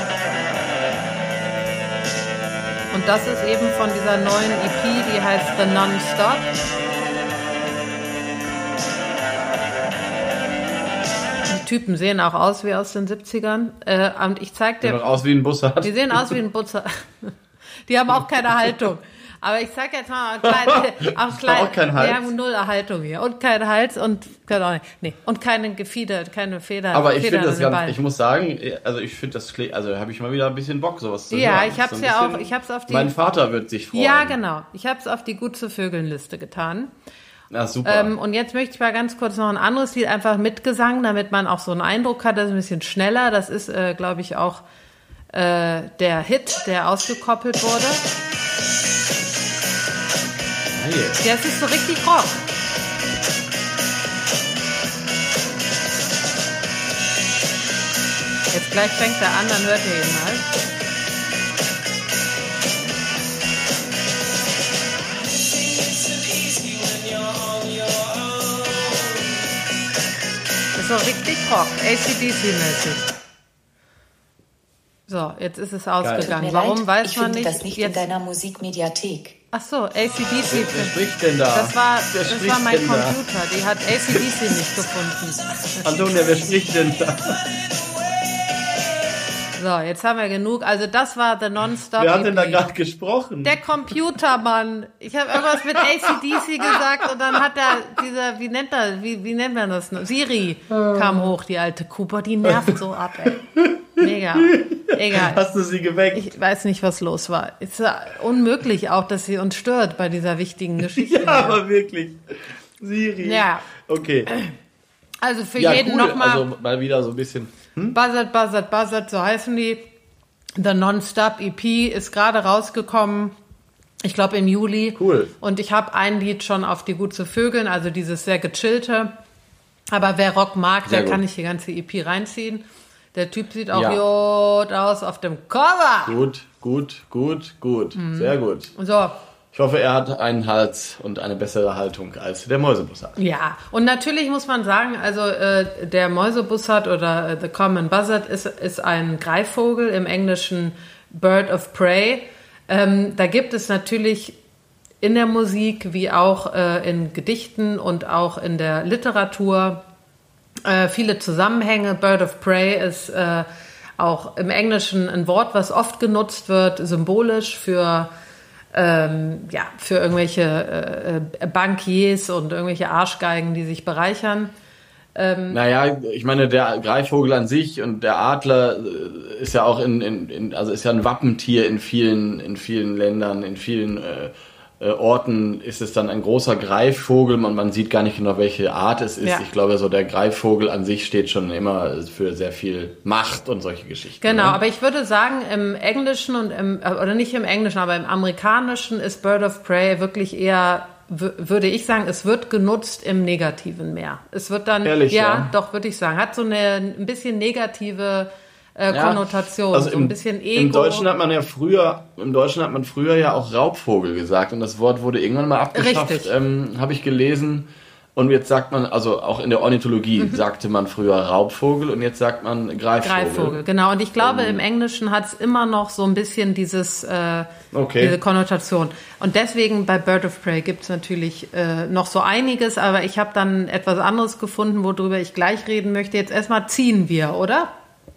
Und das ist eben von dieser neuen E P, die heißt The Non-Stop. Die Typen sehen auch aus wie aus den siebzigern. Äh, und ich zeig dir... Die sehen auch aus wie ein Bussard. Die sehen aus wie ein Bussard. Die haben auch keine Haltung. Aber ich zeig jetzt mal klein, auch klein, auch kein Hals. Wir haben null Erhaltung hier und kein Hals und keine Ahnung, nee und keine Gefieder, keine Feder. Aber ich Federn finde das an den ganz, Beinen. ich muss sagen, also ich finde das, also habe ich mal wieder ein bisschen Bock, sowas zu ja, hören. ich hab's so ja bisschen, auch, ich hab's auf die. Mein Vater wird sich freuen. Ja, genau. Ich hab's auf die Gut zu Vögeln Liste getan. Na super. Ähm, und jetzt möchte ich mal ganz kurz noch ein anderes Lied einfach mit Gesang, damit man auch so einen Eindruck hat, das ist ein bisschen schneller. Das ist, äh, glaube ich, auch äh, der Hit, der ausgekoppelt wurde. Ja, es ist so richtig Rock. Jetzt gleich fängt er an, dann hört ihr ihn mal. Das ist so richtig Rock, A C D C-mäßig. So, jetzt ist es ausgegangen. Warum, leid, weiß ich man finde nicht. das nicht jetzt in deiner Musikmediathek. Ach so, A C D C. Wer spricht denn da? Das war, wer das war mein denn Computer. Die hat A C D C nicht gefunden. Antonia, wer spricht denn da? So, jetzt haben wir genug. Also das war The Non-Stop. Wer hat denn da E P. gerade gesprochen? Der Computermann. Ich habe irgendwas mit A C D C gesagt und dann hat er dieser, wie nennt er, wie, wie nennt man das? Siri kam hoch, die alte Cooper. Die nervt so ab, ey. Mega. Egal. Hast du sie geweckt? Ich weiß nicht, was los war. Es ist unmöglich auch, dass sie uns stört bei dieser wichtigen Geschichte. Ja, aber wirklich. Siri. Ja. Okay. Also für Ja, jeden cool. nochmal. Also mal wieder so ein bisschen. Hm? Buzzard, Buzzard, Buzzard, so heißen die. The Non-Stop E P ist gerade rausgekommen. Ich glaube im Juli. Cool. Und ich habe ein Lied schon auf die Gut zu Vögeln, also dieses sehr gechillte. Aber wer Rock mag, Sehr der gut. kann nicht die ganze E P reinziehen. Der Typ sieht auch Ja. gut aus auf dem Cover. Gut, gut, gut, gut. Mhm. Sehr gut. So, Ich hoffe, er hat einen Hals und eine bessere Haltung als der Mäusebussard. ja. Und natürlich muss man sagen, also äh, der Mäusebussard oder äh, The Common Buzzard ist, ist ein Greifvogel, im Englischen Bird of Prey. Ähm, da gibt es natürlich in der Musik wie auch äh, in Gedichten und auch in der Literatur äh, viele Zusammenhänge. Bird of Prey ist äh, auch im Englischen ein Wort, was oft genutzt wird, symbolisch für ähm, ja, für irgendwelche äh, Bankiers und irgendwelche Arschgeigen, die sich bereichern. Ähm, Naja, ich meine, der Greifvogel an sich und der Adler äh, ist ja auch in, in, in also ist ja ein Wappentier in vielen, in vielen Ländern, in vielen äh, äh, Orten ist es dann ein großer Greifvogel. Man, man sieht gar nicht genau, welche Art es ist. Ja. Ich glaube, so der Greifvogel an sich steht schon immer für sehr viel Macht und solche Geschichten. Genau, ne? aber ich würde sagen, im Englischen und im, oder nicht im Englischen, aber im Amerikanischen ist Bird of Prey wirklich eher, w- würde ich sagen, es wird genutzt im Negativen mehr. Es wird dann, Ehrlich, ja, ja? doch, würde ich sagen, hat so eine ein bisschen negative äh, Ja, Konnotation, also so im, ein bisschen Ego. Im Deutschen hat man ja früher, im Deutschen hat man früher ja auch Raubvogel gesagt und das Wort wurde irgendwann mal abgeschafft, Richtig. ähm, habe ich gelesen. Und jetzt sagt man, also auch in der Ornithologie Mhm. sagte man früher Raubvogel und jetzt sagt man Greifvogel. Greifvogel, genau. Und ich glaube, Ähm. im Englischen hat es immer noch so ein bisschen dieses, äh, Okay. diese Konnotation. Und deswegen bei Bird of Prey gibt es natürlich äh, noch so einiges, aber ich habe dann etwas anderes gefunden, worüber ich gleich reden möchte. Jetzt erstmal ziehen wir, oder?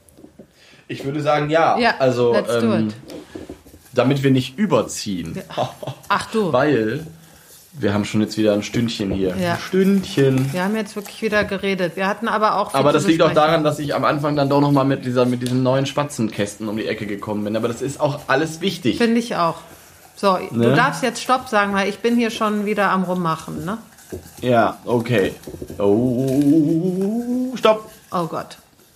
Ich würde sagen, ja. Ja, also, let's do ähm, it. damit wir nicht überziehen. Ach du. Weil wir haben schon jetzt wieder ein Stündchen hier. Ja. Ein Stündchen. Wir haben jetzt wirklich wieder geredet. Wir hatten aber auch viel Aber zu das liegt auch besprechen. daran, dass ich am Anfang dann doch nochmal mit, dieser, mit diesen neuen Spatzenkästen um die Ecke gekommen bin. Aber das ist auch alles wichtig. Finde ich auch. So, du Ne? darfst jetzt Stopp sagen, weil ich bin hier schon wieder am Rummachen, ne? Ja, okay. Oh, stopp. Oh Gott.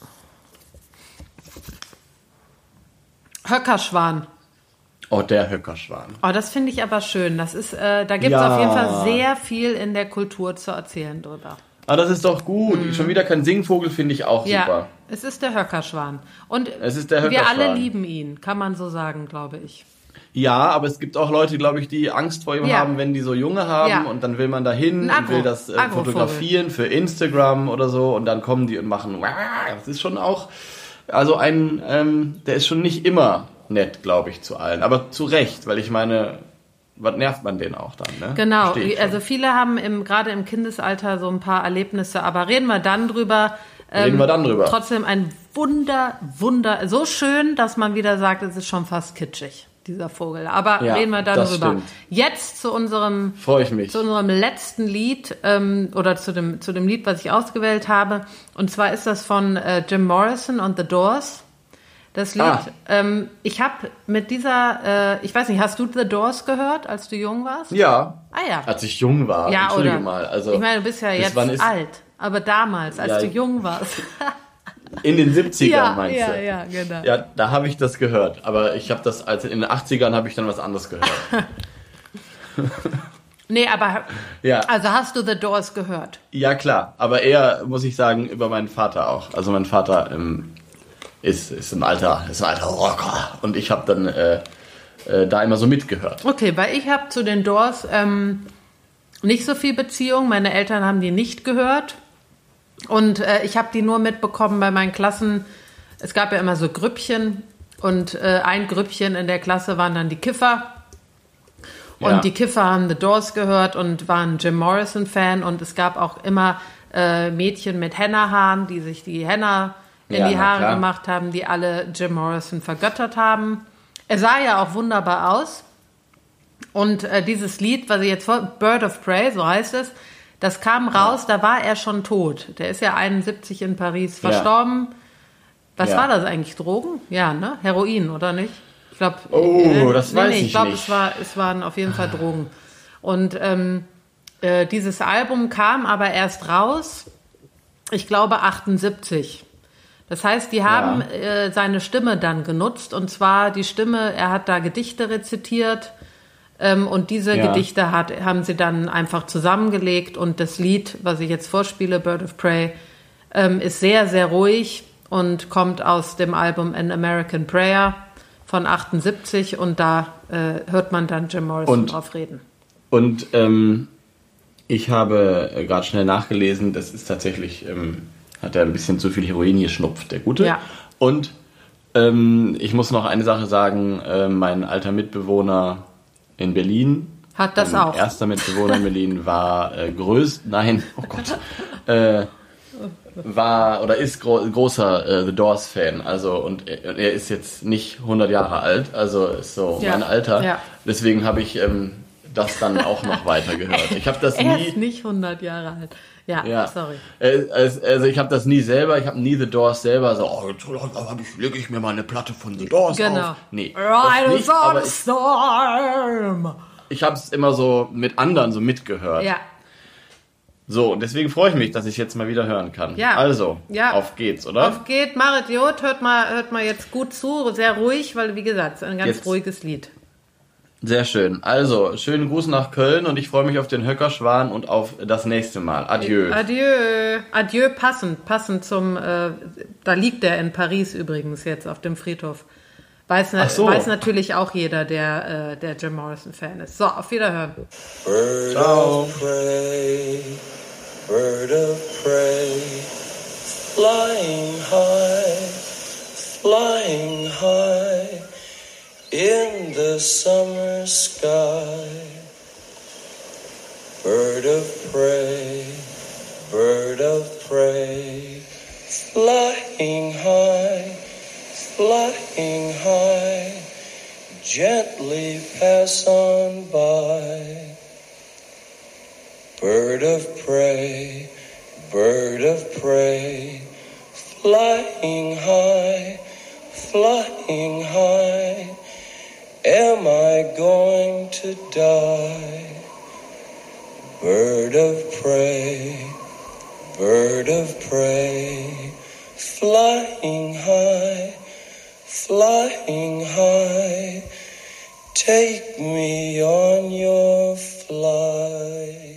Höckerschwan. Oh, der Höckerschwan. Oh, das finde ich aber schön. Das ist, äh, da gibt es Ja. auf jeden Fall sehr viel in der Kultur zu erzählen drüber. Ah, das ist doch gut. Schon wieder kein Singvogel finde ich auch Mhm. Ja, super. es ist der Höckerschwan. Und Es ist der wir Höckerschwan. alle lieben ihn, kann man so sagen, glaube ich. Ja, aber es gibt auch Leute, glaube ich, die Angst vor ihm Ja. haben, wenn die so Junge haben Ja. und dann will man da hin Ein und will Agro- das äh, Agrovogel. fotografieren für Instagram oder so und dann kommen die und machen, "Wah", das ist schon auch, also ein, ähm, der ist schon nicht immer nett, glaube ich, zu allen, aber zu Recht, weil ich meine, was nervt man den auch dann, ne? Genau, Versteh ich schon. also viele haben im, gerade im Kindesalter so ein paar Erlebnisse, aber reden wir dann drüber. Reden wir dann drüber. Trotzdem ein Wunder, Wunder, so schön, dass man wieder sagt, es ist schon fast kitschig, dieser Vogel. Aber Ja, reden wir dann das drüber. stimmt. Jetzt zu unserem Freue ich mich. zu unserem letzten Lied ähm, oder zu dem zu dem Lied, was ich ausgewählt habe. Und zwar ist das von äh, Jim Morrison und The Doors. Das Lied. Ah. Ähm, ich habe mit dieser, äh, ich weiß nicht, hast du The Doors gehört, als du jung warst? Ja, Ah ja. als ich jung war, Ja, entschuldige oder? mal, also ich meine, du bist ja bis jetzt wann ist- alt, aber damals, als Ja, du ich- jung warst. in den siebzigern ja, meinst ja, du? ja, genau. Ja, da habe ich das gehört, aber ich habe das, als in den achtzigern habe ich dann was anderes gehört. Nee, aber Ja. also hast du The Doors gehört? Ja, klar. Aber eher, muss ich sagen, über meinen Vater auch. Also mein Vater ähm, ist, ist im Alter, ist ein alter Rocker. Und ich habe dann äh, äh, da immer so mitgehört. Okay, weil ich habe zu den Doors ähm, nicht so viel Beziehung. Meine Eltern haben die nicht gehört. Und äh, ich habe die nur mitbekommen bei meinen Klassen. Es gab ja immer so Grüppchen. Und äh, ein Grüppchen in der Klasse waren dann die Kiffer. Und Ja. die Kiffer haben The Doors gehört und waren Jim Morrison-Fan. Und es gab auch immer äh, Mädchen mit Henna-Haaren, die sich die Henna in Ja, die na Haare klar. gemacht haben, die alle Jim Morrison vergöttert haben. Er sah ja auch wunderbar aus. Und äh, dieses Lied, was ich jetzt vor, Bird of Prey, so heißt es, das kam raus, da war er schon tot. Der ist ja einundsiebzig in Paris Ja. verstorben. Was Ja. war das eigentlich? Drogen? Ja, ne? Heroin, oder nicht? Ich glaube. Oh, das weiß ich ich glaube, nicht. es war, es waren auf jeden Fall Drogen. Und ähm, äh, dieses Album kam aber erst raus, ich glaube achtundsiebzig. Das heißt, die haben äh, seine Stimme dann genutzt, und zwar die Stimme, er hat da Gedichte rezitiert, ähm, und diese Ja. Gedichte hat, haben sie dann einfach zusammengelegt, und das Lied, was ich jetzt vorspiele, Bird of Prey, ähm, ist sehr, sehr ruhig und kommt aus dem Album An American Prayer von achtundsiebzig und da äh, hört man dann Jim Morrison Und- drauf reden. Und ähm, ich habe äh, gerade schnell nachgelesen, das ist tatsächlich, ähm, hat er ein bisschen zu viel Heroin geschnupft, der Gute. Ja. Und ähm, ich muss noch eine Sache sagen, äh, mein alter Mitbewohner in Berlin, Hat das mein auch. erster Mitbewohner in Berlin war äh, größt, nein, oh Gott, äh, war oder ist gro- großer äh, The Doors Fan, also und er, er ist jetzt nicht hundert Jahre alt, also ist so Ja. mein Alter. Ja. Deswegen habe ich ähm, das dann auch noch weiter gehört. Ich habe das Er nie. ist nicht hundert Jahre alt. Ja, Ja, sorry. Äh, Also also ich habe das nie selber, ich habe nie The Doors selber so, oh, jetzt hab ich, lege ich mir mal eine Platte von The Doors Genau. auf. Nee, Ride das nicht, on aber a ich, storm. ich habe es immer so mit anderen so mitgehört. Ja, So, und deswegen freue ich mich, dass ich jetzt mal wieder hören kann. Ja. Also, Ja. auf geht's, oder? auf geht, Marit Jod, hört mal, hört mal jetzt gut zu, sehr ruhig, weil wie gesagt, es ist ein ganz Jetzt. ruhiges Lied. Sehr schön. Also, schönen Gruß nach Köln und ich freue mich auf den Höckerschwan und auf das nächste Mal. Adieu. Adieu. Adieu, passend, passend zum, äh, da liegt er in Paris übrigens jetzt auf dem Friedhof. Weiß, na, Ach so. weiß natürlich auch jeder, der, äh, der Jim Morrison-Fan ist. So, auf Wiederhören. Bird Ciao. of prey, bird of prey, flying high, flying high in the summer sky. Bird of prey, bird of prey, flying high, flying high, gently pass on by. Bird of prey, bird of prey, flying high, flying high, am I going to die? Bird of prey, bird of prey, flying high, flying high, take me on your flight.